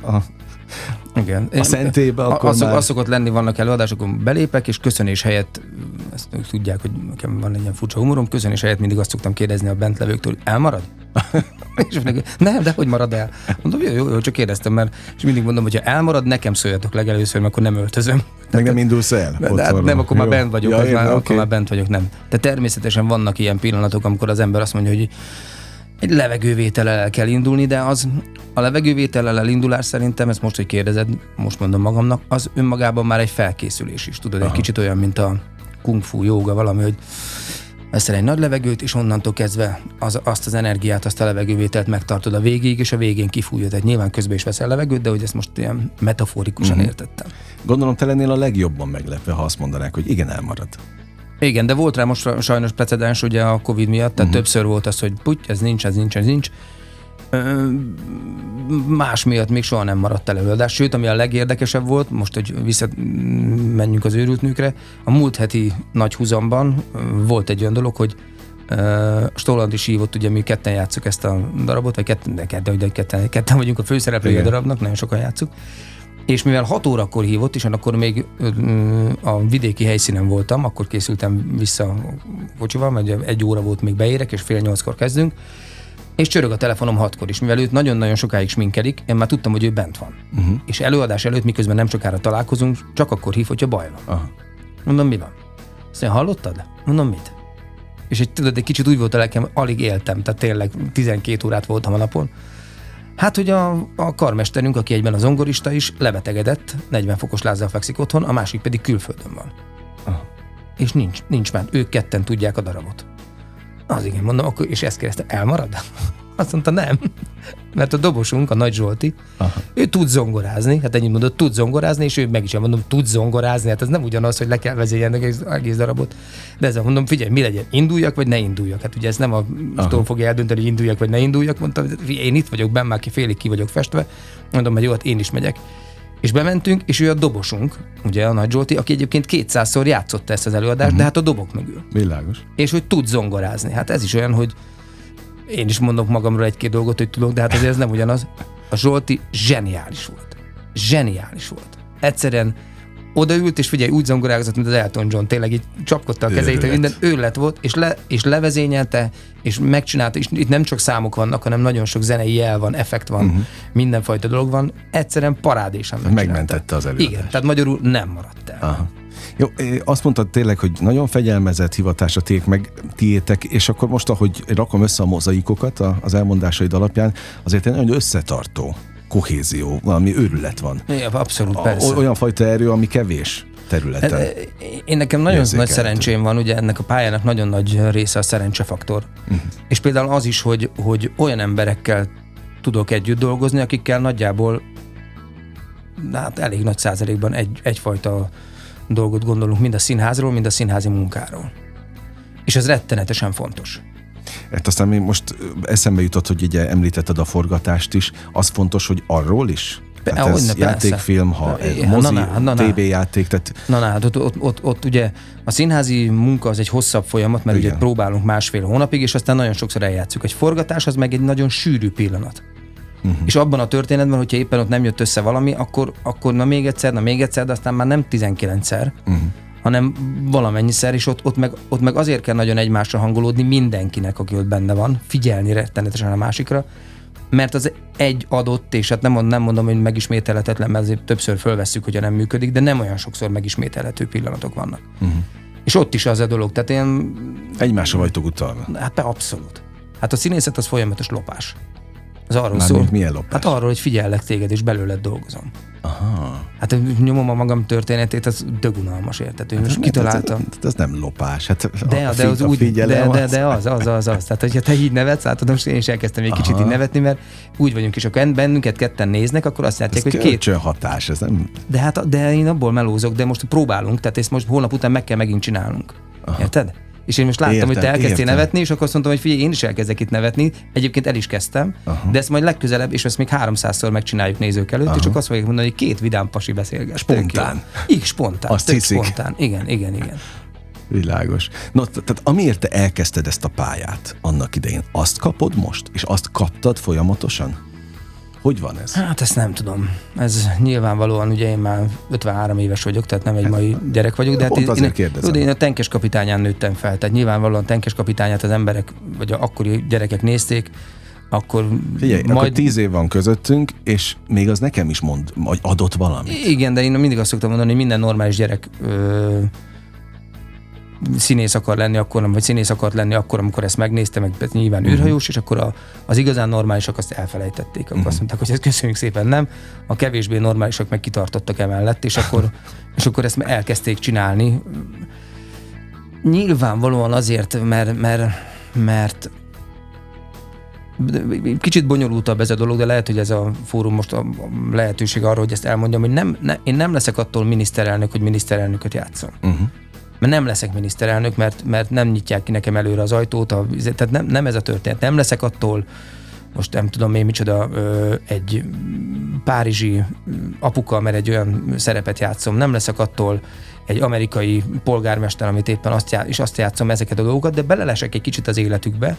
igen. A szentélybe, akkor már... Az szokott lenni, vannak előadások, belépek, és köszönés helyett, ezt tudják, hogy nekem van egy ilyen furcsa humorom, köszönés helyett mindig azt szoktam kérdezni a bentlevőktől, hogy elmarad? És nem, de hogy marad el? Mondom, jó, csak kérdeztem, mert és mindig mondom, hogy ha elmarad, nekem szóljatok legelőször, mert akkor nem öltözöm. Meg nem indulsz el? Nem, akkor már bent vagyok, akkor már bent vagyok, nem. De természetesen vannak ilyen pillanatok, amikor az ember azt mondja, hogy egy levegővétellel el kell indulni, de az a levegővétellel elindulás szerintem, ezt most, hogy kérdezed, most mondom magamnak, az önmagában már egy felkészülés is, tudod, egy kicsit olyan, mint a kung fu, jóga, valami, hogy veszel egy nagy levegőt, és onnantól kezdve azt az energiát, azt a levegővételt megtartod a végig, és a végén kifújod. Tehát nyilván közben is veszel levegőt, de hogy ezt most ilyen metaforikusan értettem. Gondolom, te lennél a legjobban meglepve, ha azt mondanák, hogy igen, elmarad. Igen, de volt rá most sajnos precedens ugye a Covid miatt, tehát többször volt az, hogy ez nincs. Más miatt még soha nem maradt el előadás. Sőt, ami a legérdekesebb volt, most, hogy visszamenjünk az őrült nőkre, a múlt heti nagy húzamban volt egy olyan dolog, hogy Stoland is hívott, ugye mi ketten játsszuk ezt a darabot, vagy ketten vagyunk a főszereplői a darabnak, nagyon sokan játsszuk. És mivel 6 órakor hívott, és akkor még a vidéki helyszínen voltam, akkor készültem vissza a kocsival, mert 1 óra volt, még beérek, és 7:30-kor kezdünk, és csörög a telefonom 6-kor is. Mivel őt nagyon-nagyon sokáig sminkelik, én már tudtam, hogy ő bent van. És előadás előtt, miközben nem sokára találkozunk, csak akkor hív, hogyha baj van. Mondom, mi van? Azt mondja, hallottad? Mondom, mit? És tudod, egy kicsit úgy volt a lelkem, alig éltem, tehát tényleg 12 órát voltam a napon. Hát, hogy a karmesterünk, aki egyben a zongorista is, lebetegedett, 40 fokos lázzal fekszik otthon, a másik pedig külföldön van. És nincs már, ők ketten tudják a darabot. Az igen, mondom, akkor, és ezt kérdezte, elmarad? Azt mondta, nem. Mert a dobosunk, a Nagy Zsolti, ő tud zongorázni, hát ennyit mondott, tud zongorázni, és ő meg is mondom, tud zongorázni, hát ez nem ugyanaz, hogy le kell vezéljenek egész darabot. De ezzel mondom, figyelj, mi legyen, induljak, vagy ne induljak? Hát ugye ez nem attól fogja eldönteni, hogy induljak, vagy ne induljak, mondtam, én itt vagyok benn, már félig ki vagyok festve, mondom, hogy jó, hát én is megyek. És bementünk, és ő a dobosunk, ugye a Nagy Zsolti, aki egyébként 200-szor játszotta ezt az előadást, de hát a dobok mögül. Világos. És hogy tud zongorázni. Hát ez is olyan, hogy én is mondok magamról 1-2 dolgot, hogy tudok, de hát azért ez nem ugyanaz. A Zsolti zseniális volt. Zseniális volt. Egyszerűen odaült, és figyelj, úgy zongorázott, mint az Elton John, tényleg így csapkodta a kezeit, hogy minden őrület volt, és levezényelte, és megcsinálta, és itt nem csak számok vannak, hanem nagyon sok zenei jel van, effekt van, mindenfajta dolog van, egyszerűen parádésen megmentette az előadást. Igen, tehát magyarul nem maradt el. Aha. Jó, azt mondtad tényleg, hogy nagyon fegyelmezett hivatásra tiétek, és akkor most, ahogy rakom össze a mozaikokat az elmondásaid alapján, azért egy nagyon összetartó kohézió, valami őrület van. Ja, abszolút, persze. Olyan fajta erő, ami kevés. területen. Én nekem nagyon nagy szerencsém van, ugye ennek a pályának nagyon nagy része a szerencsefaktor. És például az is, hogy olyan emberekkel tudok együtt dolgozni, akikkel nagyjából elég nagy százalékban egyfajta dolgot gondolunk mind a színházról, mind a színházi munkáról. És ez rettenetesen fontos. Hát aztán még most eszembe jutott, hogy ugye említetted a forgatást is, az fontos, hogy arról is? Tehát ez játékfilm, ha ez mozi, tévéjáték, tehát... Ott ugye a színházi munka az egy hosszabb folyamat, mert ugye próbálunk 1,5 hónapig, és aztán nagyon sokszor eljátszuk. Egy forgatás az meg egy nagyon sűrű pillanat. És abban a történetben, hogyha éppen ott nem jött össze valami, akkor na még egyszer, de aztán már nem 19-szer, hanem valamennyiszer, és ott meg azért kell nagyon egymásra hangolódni mindenkinek, aki ott benne van, figyelni rettenetesen a másikra, mert az egy adott, és hát nem mondom, hogy megismételhetetlen, mert azért többször fölvesszük, hogyha nem működik, de nem olyan sokszor megismételhető pillanatok vannak. És ott is az a dolog, tehát én... Egymásra vagytok utalva. Hát abszolút. Hát a színészet az folyamatos lopás. Az arról szól. Milyen lopás? Hát arról, hogy figyellek téged, és belőled dolgozom. Aha. Hát nyomom a magam történetét, az dögunalmas, érted? Most kitaláltam. Ez nem lopás. Hát de az úgy, de az. Tehát, hogyha te így nevetsz, látod, most én is elkezdtem egy kicsit így nevetni, mert úgy vagyunk, és akkor bennünket ketten néznek, akkor azt látják, hogy kölcsönhatás, ez nem... De én abból melózok, de most próbálunk, tehát ezt most holnap után meg kell megint csinálnunk. Érted? És én most láttam, hogy te elkezdtél nevetni, és akkor azt mondtam, hogy figyelj, én is elkezdek itt nevetni. Egyébként el is kezdtem, de ezt majd legközelebb, és ezt még 300-szor megcsináljuk nézők előtt, és csak azt fogják mondani, hogy 2 vidám pasi beszélget. Spontán. Így spontán. Spontán. Igen. Világos. No, tehát amiért te elkezdted ezt a pályát annak idején, azt kapod most? És azt kaptad folyamatosan? Hogy van ez? Hát ezt nem tudom. Ez nyilvánvalóan, ugye én már 53 éves vagyok, tehát nem egy mai gyerek vagyok, de hát én a Tenkes kapitányán nőttem fel, tehát nyilvánvalóan Tenkes kapitányát az emberek, vagy akkori gyerekek nézték, akkor figyelj, akkor 10 év van közöttünk, és még az nekem is mond, vagy adott valamit. Igen, de én mindig azt szoktam mondani, hogy minden normális gyerek színész akar lenni akkor, vagy színész akart lenni akkor, amikor ezt megnézte, meg nyilván űrhajós, és akkor az igazán normálisak azt elfelejtették. Akkor azt mondták, hogy ezt köszönjük szépen, nem. A kevésbé normálisak meg kitartottak emellett, és akkor ezt elkezdték csinálni. Nyilvánvalóan azért, mert kicsit bonyolultabb ez a dolog, de lehet, hogy ez a fórum most a lehetőség arra, hogy ezt elmondjam, hogy én nem leszek attól miniszterelnök, hogy miniszterelnököt játszom. Mert nem leszek miniszterelnök, mert nem nyitják ki nekem előre az ajtót, tehát nem ez a történet. Nem leszek attól, most nem tudom én micsoda, egy párizsi apuka, mert egy olyan szerepet játszom. Nem leszek attól egy amerikai polgármester, amit éppen azt játszom ezeket a dolgokat, de belelesek egy kicsit az életükbe,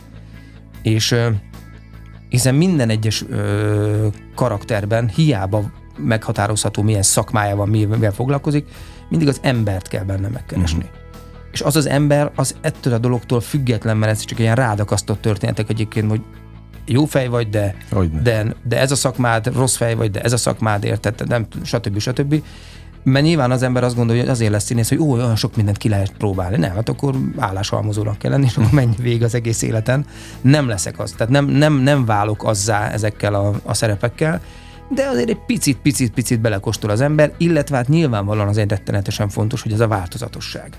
és hiszen minden egyes karakterben hiába meghatározható, milyen szakmája van, mivel foglalkozik, mindig az embert kell benne megkeresni. És az ember az ettől a dologtól független, mert ez csak ilyen rádakasztott történetek egyébként, hogy jó fej vagy, de ez a szakmád, rossz fej vagy, de ez a szakmád, érted, nem, stb. Mert nyilván az ember azt gondolja, hogy azért lesz színész, hogy olyan sok mindent ki lehet próbálni. Nem, hát akkor álláshalmozónak kell lenni, és akkor menj végig az egész életen. Nem leszek az. Tehát nem válok azzá ezekkel a szerepekkel, de azért egy picit belekóstol az ember, illetve hát nyilvánvalóan azért rettenetesen fontos, hogy ez a változatosság.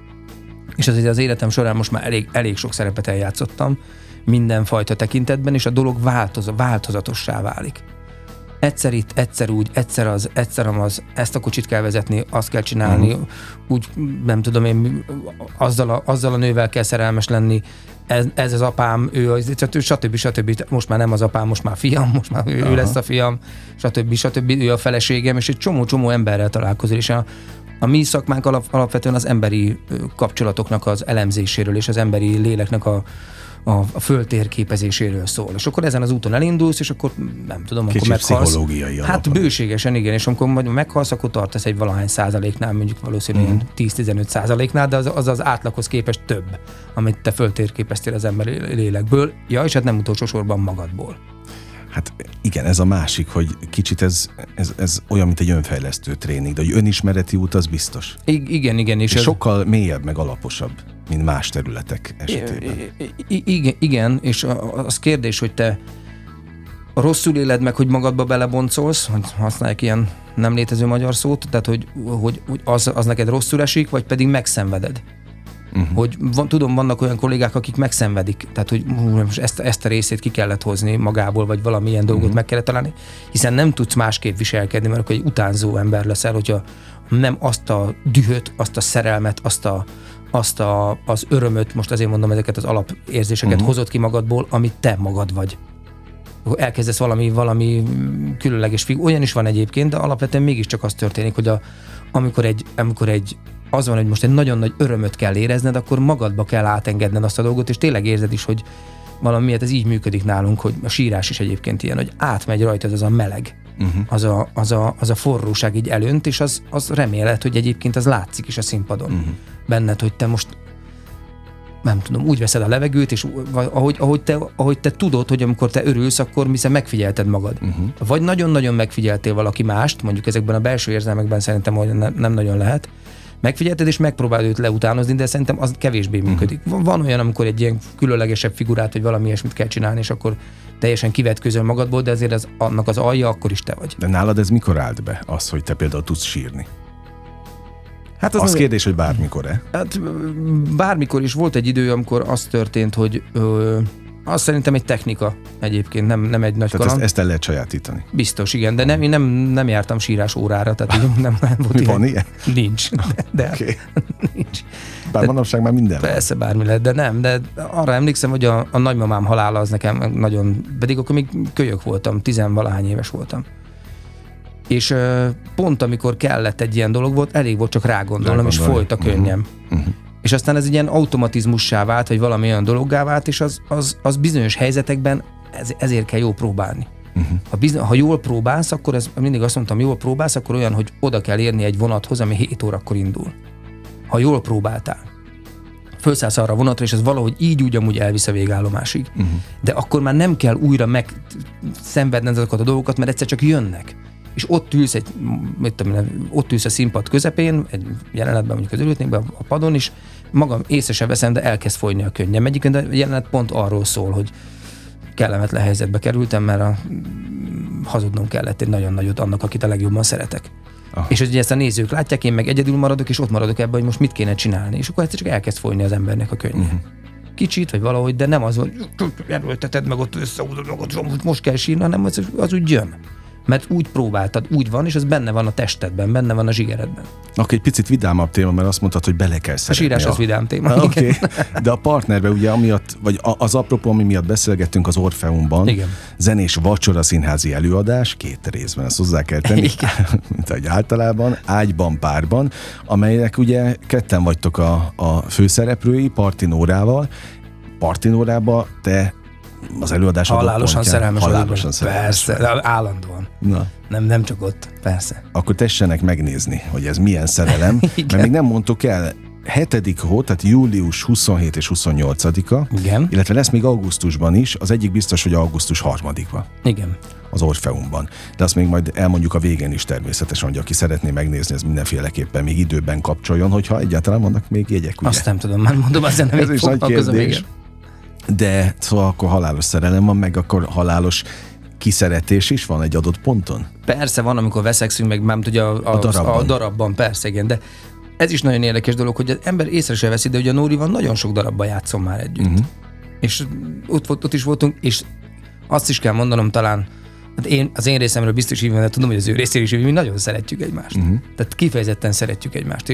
És azért az életem során most már elég sok szerepet eljátszottam, mindenfajta tekintetben, és a dolog változatossá válik. Egyszer itt, egyszer úgy, egyszer az, egyszer amaz, ezt a kocsit kell vezetni, azt kell csinálni, úgy nem tudom én, azzal a nővel kell szerelmes lenni, ez az apám, stb. Most már nem az apám, most már fiam, most már ő lesz a fiam, stb. Ő a feleségem, és egy csomó emberrel találkozol, és a mi szakmánk alapvetően az emberi kapcsolatoknak az elemzéséről, és az emberi léleknek a földtérképezéséről szól. És akkor ezen az úton elindulsz, és akkor nem tudom, kicsit akkor meghalsz. Pszichológiai alapon. Hát bőségesen, igen, és amikor meghalsz, akkor tartasz egy valahány százaléknál, mondjuk valószínűleg 10-15 százaléknál, de az átlaghoz képest több, amit te földtérképeztél az emberi lélekből, és hát nem utolsó sorban magadból. Hát igen, ez a másik, hogy kicsit ez olyan, mint egy önfejlesztő tréning, de hogy önismereti út az biztos. Igen. És sokkal mélyebb, meg alaposabb, mint más területek esetében. Igen, és az kérdés, hogy te rosszul éled meg, hogy magadba beleboncolsz, hogy használják ilyen nem létező magyar szót, tehát hogy az neked rosszul esik, vagy pedig megszenveded. Hogy tudom, vannak olyan kollégák, akik megszenvedik, tehát hogy most ezt a részét ki kellett hozni magából, vagy valamilyen dolgot meg kellett találni, hiszen nem tudsz másképp viselkedni, mert akkor egy utánzó ember leszel, hogyha nem azt a dühöt, azt a szerelmet, az örömöt, most azért mondom ezeket az alapérzéseket hozod ki magadból, amit te magad vagy. Elkezdesz valami különleges olyan is van egyébként, de alapvetően mégiscsak az történik, hogy amikor az van, hogy most egy nagyon nagy örömöt kell érezned, akkor magadba kell átengedned azt a dolgot, és tényleg érzed is, hogy valamiért ez így működik nálunk, hogy a sírás is egyébként ilyen, hogy átmegy rajtad az a meleg, az a forróság így elönt, és az remélet, hogy egyébként az látszik is a színpadon benned, hogy te most nem tudom, úgy veszed a levegőt, és ahogy te tudod, hogy amikor te örülsz, akkor hiszen megfigyelted magad. Vagy nagyon-nagyon megfigyeltél valaki mást, mondjuk ezekben a belső érzelmekben szerintem hogy nem nagyon lehet, megfigyelted, és megpróbálod őt leutánozni, de szerintem az kevésbé működik. Van olyan, amikor egy ilyen különlegesebb figurát, vagy valami ilyesmit kell csinálni, és akkor teljesen kivetközöl magadból, de azért annak az alja akkor is te vagy. De nálad ez mikor állt be, az, hogy te például tudsz sírni? Hát az kérdés, hogy bármikor-e? Hát bármikor is. Volt egy idő, amikor az történt, hogy az szerintem egy technika egyébként, nem egy nagy kaland. Ezt el lehet sajátítani? Biztos, igen, de én nem jártam sírás órára, tehát nem volt Van ilyen? Nincs. De okay. Nincs. Bár manapság már minden. Persze bármi lehet, de arra emlékszem, hogy a nagymamám halála az nekem nagyon, pedig akkor még kölyök voltam, 10-valahány éves voltam. És pont amikor kellett egy ilyen dolog volt, elég volt csak rágondolnom, és folyt a könnyem. És aztán ez egy ilyen automatizmussá vált, vagy valami olyan dologgá vált, és az bizonyos helyzetekben ezért kell jól próbálni. Ha jól próbálsz, akkor mindig azt mondtam, jól próbálsz, akkor olyan, hogy oda kell érni egy vonathoz, ami 7 órakor indul. Ha jól próbáltál. Fölszállsz arra a vonatra, és ez valahogy így úgy amúgy elvisz a végállomásig. De akkor már nem kell újra megszenvedned azokat a dolgokat, mert egyszer csak jönnek. És ott ülsz a színpad közepén, egy jelenetben mondjuk az Örültnékben, a padon is, magam észre sem veszem, de elkezd folyni a könnyem. Egyébként a jelenet pont arról szól, hogy kellemetlen helyzetbe kerültem, mert hazudnom kellett egy nagyon nagyot annak, akit a legjobban szeretek. És hogy ezt a nézők látják, én meg egyedül maradok, és ott maradok ebben, hogy most mit kéne csinálni. És akkor egyszer csak elkezd folyni az embernek a könnye. Kicsit, vagy valahogy, de nem az, hogy erőlteted meg ott összehúzod magad, most kell sírni, hanem az úgy jön. Mert úgy próbáltad, úgy van, és az benne van a testedben, benne van a zsigeredben. Akkor egy picit vidámabb téma, mert azt mondtad, hogy bele kell szeretni. A sírás az vidám téma. Okay. De a partnerbe ugye amiatt, vagy az apropó, ami miatt beszélgettünk az Orfeumban, igen. Zenés vacsora színházi előadás, 2 részben, ezt hozzá kell tenni, mint ahogy általában, ágyban, párban, amelyek ugye ketten vagytok a főszereplői, Partinórával. Partinórába te az előadás halálosan szerelmes. Halálosan szerelmes. Persze, állandóan. Na. Nem csak ott, persze. Akkor tessenek megnézni, hogy ez milyen szerelem, mert még nem mondtuk el, 7. hó, tehát július 27 és 28-a, igen. Illetve lesz még augusztusban is, az egyik biztos, hogy augusztus 3-a. Igen. Az Orfeumban. De azt még majd elmondjuk a végén is természetesen, hogy aki szeretné megnézni, ez mindenféleképpen még időben kapcsoljon, hogyha egyáltalán vannak még jegyek, ugye? Azt nem tudom, már mondom, azért nem ez is nagy kérdés. De szóval akkor halálos szerelem van, meg akkor halálos kiszeretés is van egy adott ponton? Persze van, amikor veszekszünk, meg már ugye a darabban, persze, igen, de ez is nagyon érdekes dolog, hogy az ember észre se veszi, de ugye a Nórival nagyon sok darabban játszom már együtt. És ott is voltunk, és azt is kell mondanom talán, az én részemről biztos így van, de tudom, hogy az ő részéről is, hogy mi nagyon szeretjük egymást. Tehát kifejezetten szeretjük egymást,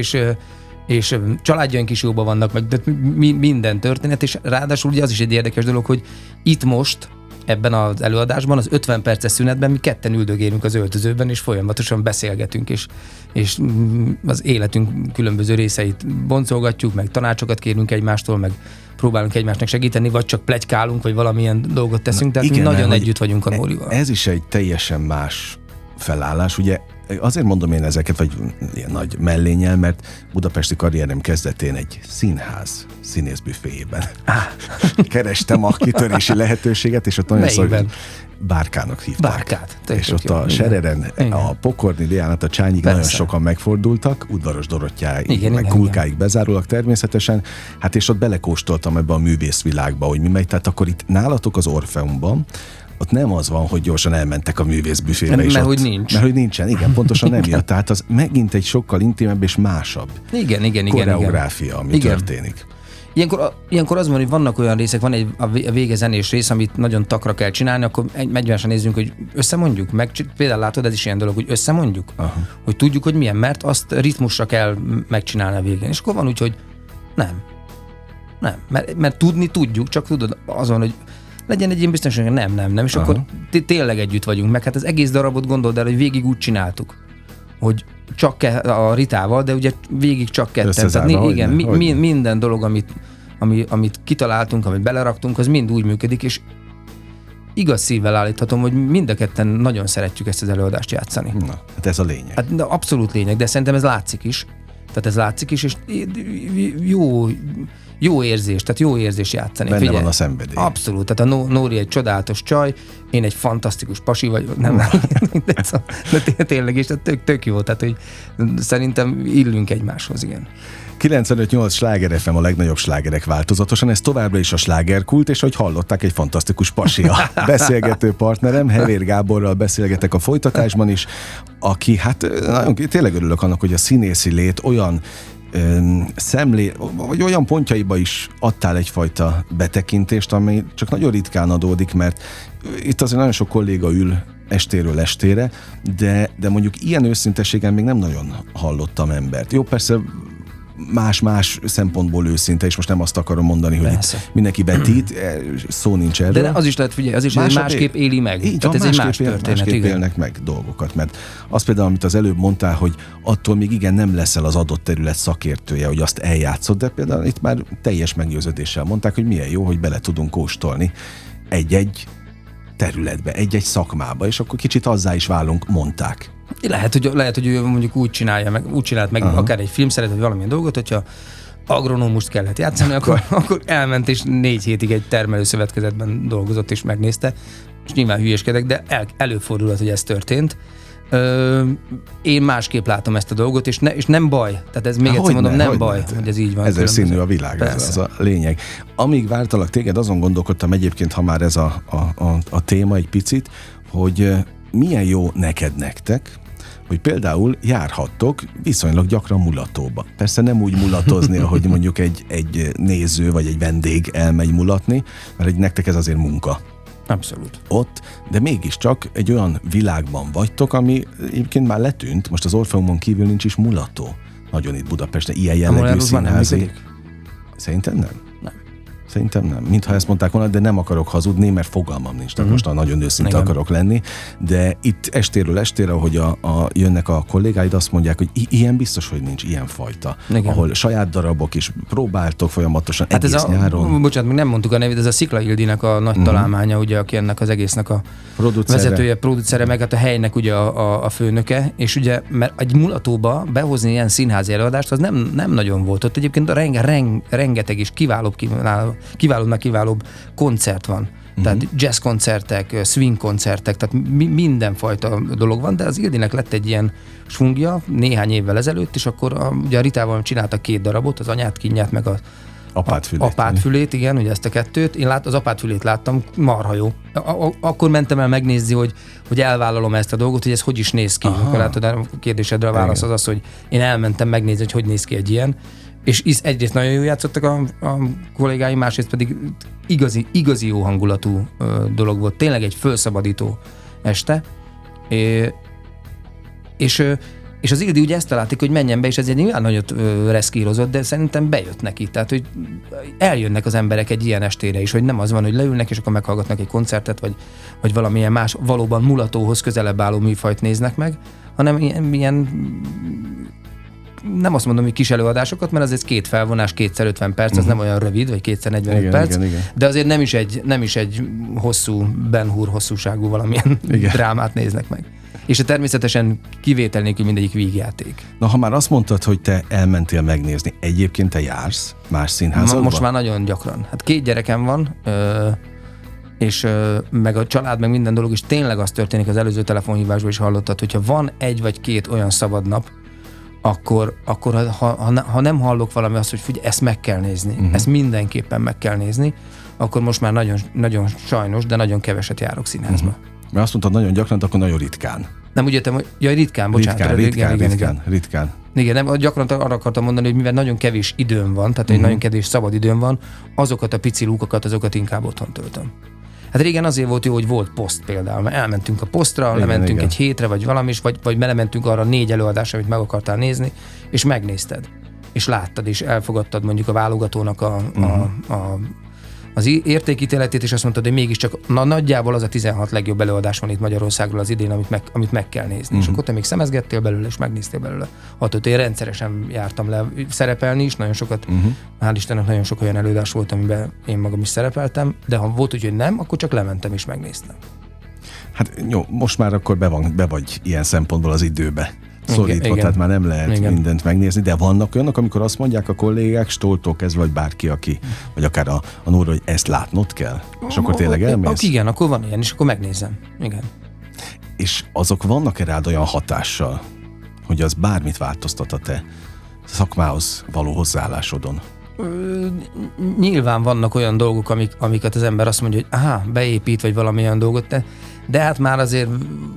és családjaink is jóban vannak, meg de minden történet, és ráadásul ugye az is egy érdekes dolog, hogy itt most ebben az előadásban, az 50 perces szünetben mi ketten üldögélünk az öltözőben, és folyamatosan beszélgetünk, és az életünk különböző részeit boncolgatjuk, meg tanácsokat kérünk egymástól, meg próbálunk egymásnak segíteni, vagy csak pletykálunk, vagy valamilyen dolgot teszünk, tehát igen, mi nagyon együtt vagyunk a Nórival. Ez is egy teljesen más felállás, ugye azért mondom én ezeket, vagy ilyen nagy mellénnyel, mert budapesti karrierem kezdetén egy színház színészbüféjében kerestem a kitörési lehetőséget, és ott nagyon szól, Bárkának hívták. Bárkát. És ott a Sereren, a Pokorni Diánát, a Csányig nagyon sokan megfordultak, Udvaros Dorottyáig, meg Kulkáig bezárólag természetesen, hát és ott belekóstoltam ebbe a művészvilágba, hogy mi megy, tehát akkor itt nálatok az Orfeumban, ott nem az van, hogy gyorsan elmentek a művészbüfébe. Mert hogy nincs. Mert hogy nincsen, igen. pontosan emiatt. Tehát az megint egy sokkal intimebb és másabb igen, koreográfia, ami történik. Ilyenkor az van, hogy vannak olyan részek, van a vége zenés rész, amit nagyon takra kell csinálni, akkor egymással nézzünk, hogy összemondjuk, például látod, ez is ilyen dolog, hogy összemondjuk, hogy tudjuk, hogy milyen, mert azt ritmusra kell megcsinálni a végén. És akkor van úgy, hogy nem, mert tudni tudjuk, csak tudod, az van, hogy legyen egy ilyen biztonság, nem, és akkor tényleg együtt vagyunk, meg hát az egész darabot gondold el, hogy végig úgy csináltuk, hogy csak a Ritával, de ugye végig csak ketten. Tehát igen, minden dolog, amit kitaláltunk, amit beleraktunk, az mind úgy működik, és igaz szívvel állíthatom, hogy mind a ketten nagyon szeretjük ezt az előadást játszani. Na, hát ez a lényeg. Hát abszolút lényeg, de szerintem ez látszik is. Tehát ez látszik is, és jó érzés, tehát jó érzés játszani. Benne van a szenvedély. Abszolút, tehát a Nóri egy csodálatos csaj, én egy fantasztikus pasi vagyok, nem, de tényleg is, tök jó, tehát hogy szerintem illünk egymáshoz, igen. 95.8 Sláger FM, a legnagyobb slágerek változatosan, ez továbbra is a slágerkult, és ahogy hallották, egy fantasztikus pasi a beszélgető partnerem, Hevér Gáborral beszélgetek a folytatásban is, aki hát nagyon tényleg örülök annak, hogy a színészi lét olyan vagy olyan pontjaiba is adtál egyfajta betekintést, ami csak nagyon ritkán adódik, mert itt azért nagyon sok kolléga ül estéről estére, de mondjuk ilyen őszintességen még nem nagyon hallottam embert. Jó, persze más szempontból őszinte, és most nem azt akarom mondani, hogy mindenki betít, szó nincs erről. De az is lehet, figyelj, az is másképp éli meg. Így van, ez egy más történet. Másképp élnek meg dolgokat, mert az például, amit az előbb mondtál, hogy attól még igen nem leszel az adott terület szakértője, hogy azt eljátszod, de például itt már teljes meggyőződéssel mondták, hogy milyen jó, hogy bele tudunk kóstolni egy-egy területbe, egy-egy szakmába, és akkor kicsit azzá is válunk, mondták. Lehet, hogy ő mondjuk úgy csinált meg akár egy filmszeret, vagy valamilyen dolgot, hogyha agronómust kellett játszani, akkor elment, és 4 hétig egy termelőszövetkezetben dolgozott, és megnézte, és nyilván hülyeskedek, de előfordulhat, hogy ez történt. Én másképp látom ezt a dolgot, és nem baj. Tehát ez még egyszer mondom, nem baj, hogy ez így van. Ezer színű a világ, ez az a lényeg. Amíg vártalak téged, azon gondolkodtam egyébként, ha már ez a téma egy picit, hogy milyen jó nektek, hogy például járhattok viszonylag gyakran mulatóba. Persze nem úgy mulatozni, ahogy mondjuk egy néző vagy egy vendég elmegy mulatni, mert nektek ez azért munka. Abszolút. Ott, de mégiscsak egy olyan világban vagytok, ami egyébként már letűnt, most az Orfeumon kívül nincs is mulató. Nagyon itt Budapesten, ilyen jellegű színházi. Szerintem nem. Szerintem nem. Mintha ezt mondták volna, de nem akarok hazudni, mert fogalmam nincs. Tehát most nagyon őszinte akarok lenni. De itt estéről estére, ahogy jönnek a kollégáid, azt mondják, hogy ilyen biztos, hogy nincs ilyen fajta. Igen. Ahol saját darabok is próbáltok folyamatosan egész nyáron. Bocsánat, még nem mondtuk a nevét, ez a Szikla Ildinek a nagy találmánya, ugye, aki ennek az egésznek a vezetője, producere, meg hát a helynek ugye a főnöke, és ugye, mert egy mulatóba behozni ilyen színházi előadást, az nem nagyon volt. Ott egyébként rengeteg és kiválóbb koncert van. Tehát jazz koncertek, swing koncertek, tehát mindenfajta dolog van, de az Ildinek lett egy ilyen svungja néhány évvel ezelőtt, és akkor ugye a Ritával csináltak 2 darabot, az Anyát Kínját, meg az Apátfülét, igen, ugye ezt a 2-t. Én az Apátfülét láttam, marha jó. Akkor mentem el megnézni, hogy elvállalom ezt a dolgot, hogy ez hogy is néz ki. Akkor látod, a kérdésedre a válasz az, hogy én elmentem megnézni, hogy néz ki egy ilyen. És egyrészt nagyon jól játszottak a kollégáim, másrészt pedig igazi jó hangulatú dolog volt. Tényleg egy fölszabadító este. És az Ildi ugye ezt találták, hogy menjen be, és ez egy nyilván nagyot reszkírozott, de szerintem bejött neki. Tehát, hogy eljönnek az emberek egy ilyen estére is, hogy nem az van, hogy leülnek, és akkor meghallgatnak egy koncertet, vagy valamilyen más, valóban mulatóhoz közelebb álló műfajt néznek meg, hanem ilyen nem azt mondom, hogy kis előadásokat, mert azért 2 felvonás, 2x50 perc, az nem olyan rövid, vagy 2x45 perc, igen. De azért nem is egy hosszú, Ben Hur hosszúságú valamilyen drámát néznek meg. És természetesen kivétel nélkül mindegyik vígjáték. Na, ha már azt mondtad, hogy te elmentél megnézni, egyébként te jársz más színházakban? Most már nagyon gyakran. Hát 2 gyerekem van, és meg a család, meg minden dolog is tényleg az történik, az előző telefonhívásban is hallottad, hogyha van 1 vagy 2 olyan szabad nap, akkor ha nem hallok valami azt, hogy figyelj, ezt meg kell nézni, ezt mindenképpen meg kell nézni, akkor most már nagyon, nagyon sajnos, de nagyon keveset járok színházba. Mert azt mondtad nagyon gyakran, akkor nagyon ritkán. Nem úgy értem, hogy ritkán, bocsánat. Ritkán. Igen, nem, gyakran arra akartam mondani, hogy mivel nagyon kevés időm van, tehát egy nagyon kevés szabad időm van, azokat a pici lukakat, azokat inkább otthon töltöm. Hát régen azért volt jó, hogy volt poszt például, mert elmentünk a posztra, lementünk egy hétre, vagy valami is, vagy belementünk arra 4 előadásra, amit meg akartál nézni, és megnézted, és láttad, és elfogadtad mondjuk a válogatónak az értékítéletét, és azt mondtad, hogy mégiscsak nagyjából az a 16 legjobb előadás van itt Magyarországról az idén, amit meg kell nézni. És akkor te még szemezgettél belőle, és megnéztél belőle. Attól én rendszeresen jártam le szerepelni is, nagyon sokat, hál' Istennek nagyon sok olyan előadás volt, amiben én magam is szerepeltem, de ha volt úgy, hogy nem, akkor csak lementem és megnéztem. Hát jó, most már akkor be vagy ilyen szempontból az időbe szorítva, igen. Tehát már nem lehet mindent megnézni, de vannak olyanok, amikor azt mondják a kollégák, Stoltól kezdve, vagy bárki, aki, vagy akár a Nóra, hogy ezt látnod kell, és akkor tényleg elmész? Igen, akkor van ilyen, és akkor megnézem. Igen. És azok vannak-e rád olyan hatással, hogy az bármit változtat a te szakmához való hozzáállásodon? Nyilván vannak olyan dolgok, amiket az ember azt mondja, hogy beépít, vagy valamilyen dolgot, de hát már azért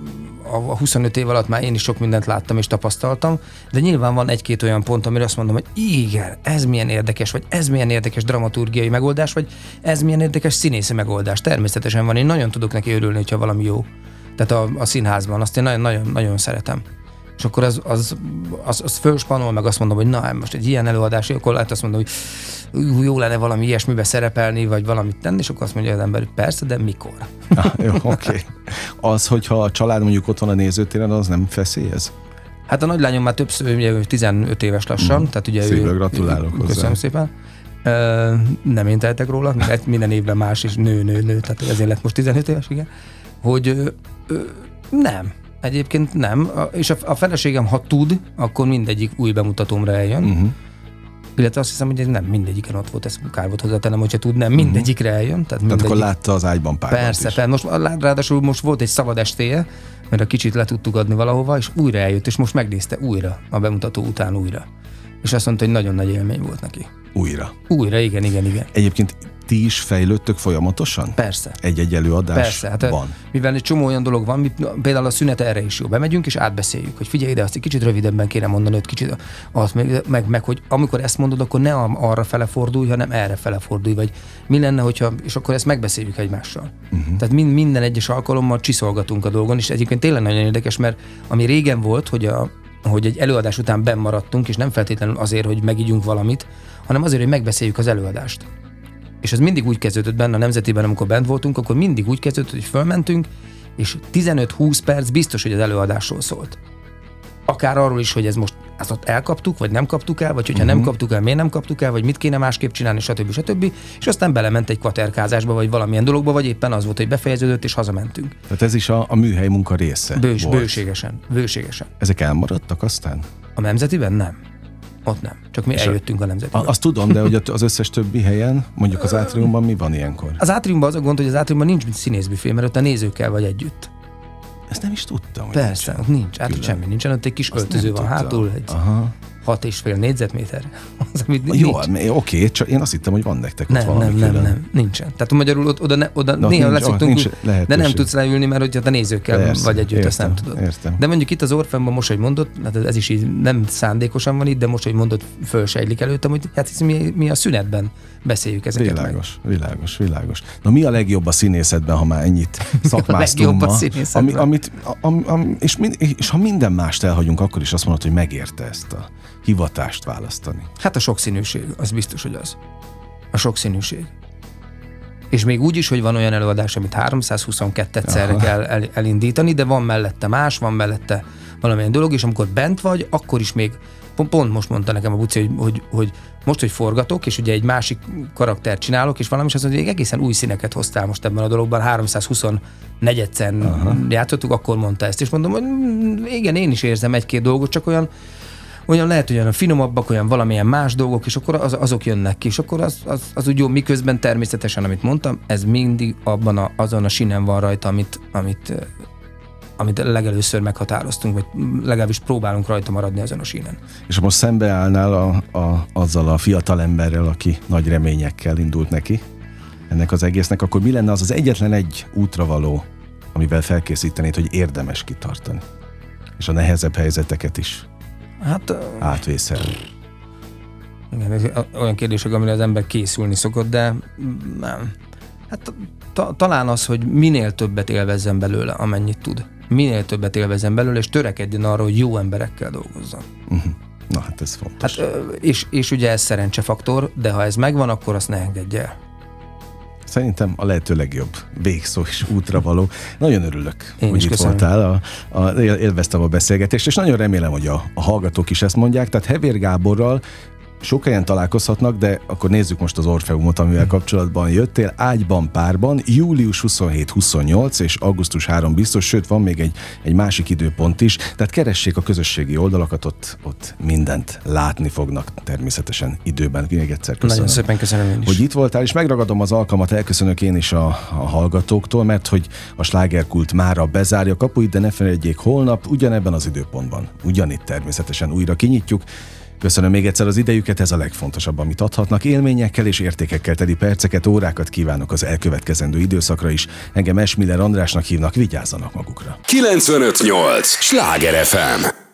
a 25 év alatt már én is sok mindent láttam és tapasztaltam, de nyilván van egy-két olyan pont, amire azt mondom, hogy igen, ez milyen érdekes, vagy ez milyen érdekes dramaturgiai megoldás, vagy ez milyen érdekes színészi megoldás. Természetesen van, én nagyon tudok neki örülni, hogyha valami jó. Tehát a színházban, azt én nagyon szeretem. És akkor az fölspanol, meg azt mondom, hogy na, most egy ilyen előadás, akkor lehet azt mondom, hogy jó lenne valami ilyesmibe szerepelni, vagy valamit tenni, és akkor azt mondja az ember, hogy persze, de mikor? Jó, oké. Az, hogyha a család mondjuk ott van a nézőtéren, az nem feszélyez? Hát a nagylányom már többször, ugye 15 éves lassan, tehát ugye szépen gratulálok hozzá. Köszönöm szépen. Nem én tehetek róla, mert minden évben más is nő, tehát ezért lett most 15 éves, igen. Hogy nem. Egyébként nem, és a feleségem, ha tud, akkor mindegyik új bemutatómra eljön. Illetve azt hiszem, hogy nem mindegyiken ott volt, ez kár volt hozzátenem, hogyha tud, nem mindegyikre eljön. Tehát akkor látta az ágyban pár. Persze, most, ráadásul most volt egy szabad estéje, mert a kicsit le tudtuk adni valahova, és újra eljött, és most megnézte újra, a bemutató után újra. És azt mondta, hogy nagyon nagy élmény volt neki. Újra, igen. Egyébként ti is fejlődtök folyamatosan? Persze. Egy előadás persze, hát van. Mivel egy csomó olyan dolog van, például a szünet erre is jó. Bemegyünk és átbeszéljük, hogy figyelj ide, azt egy kicsit rövidebben kéne mondani, hogy kicsit azt meg, hogy amikor ezt mondod, akkor ne arra fele fordulj, hanem erre fele fordulj, vagy mi lenne, hogyha, és akkor ezt megbeszéljük egymással. Tehát minden egyes alkalommal csiszolgatunk a dolgon, és egyébként tényleg nagyon érdekes, mert ami régen volt, hogy egy előadás után benn maradtunk, és nem feltétlenül azért, hogy megígyunk valamit, hanem azért, hogy megbeszéljük az előadást. És ez mindig úgy kezdődött benne a Nemzetiben, amikor bent voltunk, akkor mindig úgy kezdődött, hogy fölmentünk, és 15-20 perc biztos, hogy az előadásról szólt. Akár arról is, hogy ez most ezt ott elkaptuk, vagy nem kaptuk el, vagy hogyha nem kaptuk el, miért nem kaptuk el, vagy mit kéne másképp csinálni, stb. És aztán belement egy kvaterkázásba, vagy valamilyen dologba, vagy éppen az volt, hogy befejeződött, és hazamentünk. Tehát ez is a műhely munka része volt. Bőségesen. Ezek elmaradtak aztán? A Nemzetiben nem. Ott nem. Csak mi eljöttünk a Nemzetiben. Azt tudom, de hogy az összes többi helyen, mondjuk az Átriumban mi van ilyenkor? Az Átriumban az a gond, hogy az Átriumban nincs színészbüfé, mert ott a nézőkkel vagy együtt. Ezt nem is tudtam. Hogy persze, ott nincs. Hát ott semmi nincsen, ott egy kis öltöző van hátul, egy 6,5 négyzetméter. Jó, oké, csak én azt hittem, hogy van nektek ott valami külön. Nem, nincsen. Tehát magyarul oda néha leszoktunk, de nem tudsz leülni, mert hogyha te nézőkkel persze, vagy együtt, azt nem tudod. Értem. De mondjuk itt az Orfeumban most, hogy mondott, hát ez is így nem szándékosan van itt, de most, hogy mondott, fölsejlik előttem, hogy hát mi a szünetben beszéljük ezeket Világos. Na mi a legjobb a színészetben, ha már ennyit szakmáztunk ma? És ha minden mást elhagyunk, akkor is azt mondod, hogy megérte ezt a hivatást választani. Hát a sokszínűség, az biztos, hogy az. A sokszínűség. És még úgy is, hogy van olyan előadás, amit 322-szerre kell elindítani, de van mellette más, van mellette valamilyen dolog, és amikor bent vagy, akkor is még pont most mondta nekem a Buci, hogy most, hogy forgatok, és ugye egy másik karaktert csinálok, és valami, és azt mondja, hogy egészen új színeket hoztál most ebben a dologban, 324-szer játszottuk, akkor mondta ezt, és mondom, hogy igen, én is érzem egy-két dolgot, csak olyan lehet, hogy olyan finomabbak, olyan valamilyen más dolgok, és akkor azok jönnek ki, és akkor az úgy jó, miközben természetesen, amit mondtam, ez mindig azon a sínen van rajta, amit legelőször meghatároztunk, vagy legalábbis próbálunk rajta maradni azon a sínen. És most szembeállnál azzal a fiatal emberrel, aki nagy reményekkel indult neki ennek az egésznek, akkor mi lenne az egyetlen egy útra való amivel felkészítenéd, hogy érdemes kitartani? És a nehezebb helyzeteket is átvészelni. Igen, ez olyan kérdések, amire az ember készülni szokott, de nem. Hát talán az, hogy minél többet élvezzen belőle, amennyit tud. Minél többet élvezzen belőle, és törekedjen arra, hogy jó emberekkel dolgozzon. Na hát ez fontos. Hát, és ugye ez szerencsefaktor, de ha ez megvan, akkor azt ne engedje el. Szerintem a lehető legjobb végszó és útra való. Nagyon örülök, Én hogy itt köszönöm. voltál. Élveztem a beszélgetést, és nagyon remélem, hogy a hallgatók is ezt mondják. Tehát Hevér Gáborral sok helyen találkozhatnak, de akkor nézzük most az Orfeumot, amivel kapcsolatban jöttél. Ágyban, párban, július 27-28 és augusztus 3 biztos, sőt van még egy másik időpont is, tehát keressék a közösségi oldalakat, ott mindent látni fognak természetesen időben. Még egyszer köszönöm. Nagyon szépen köszönöm én is. Hogy itt voltál, és megragadom az alkalmat, elköszönök én is a hallgatóktól, mert hogy a slágerkult mára bezárja kapuit, de ne felejtjék, holnap ugyanebben az időpontban, ugyanitt természetesen újra kinyitjuk. Köszönöm még egyszer az idejüket, ez a legfontosabb, amit adhatnak. Élményekkel és értékekkel teli perceket, órákat kívánok az elkövetkezendő időszakra is. Engem Esmiller Andrásnak hívnak, vigyázzanak magukra. 95.8 Sláger FM.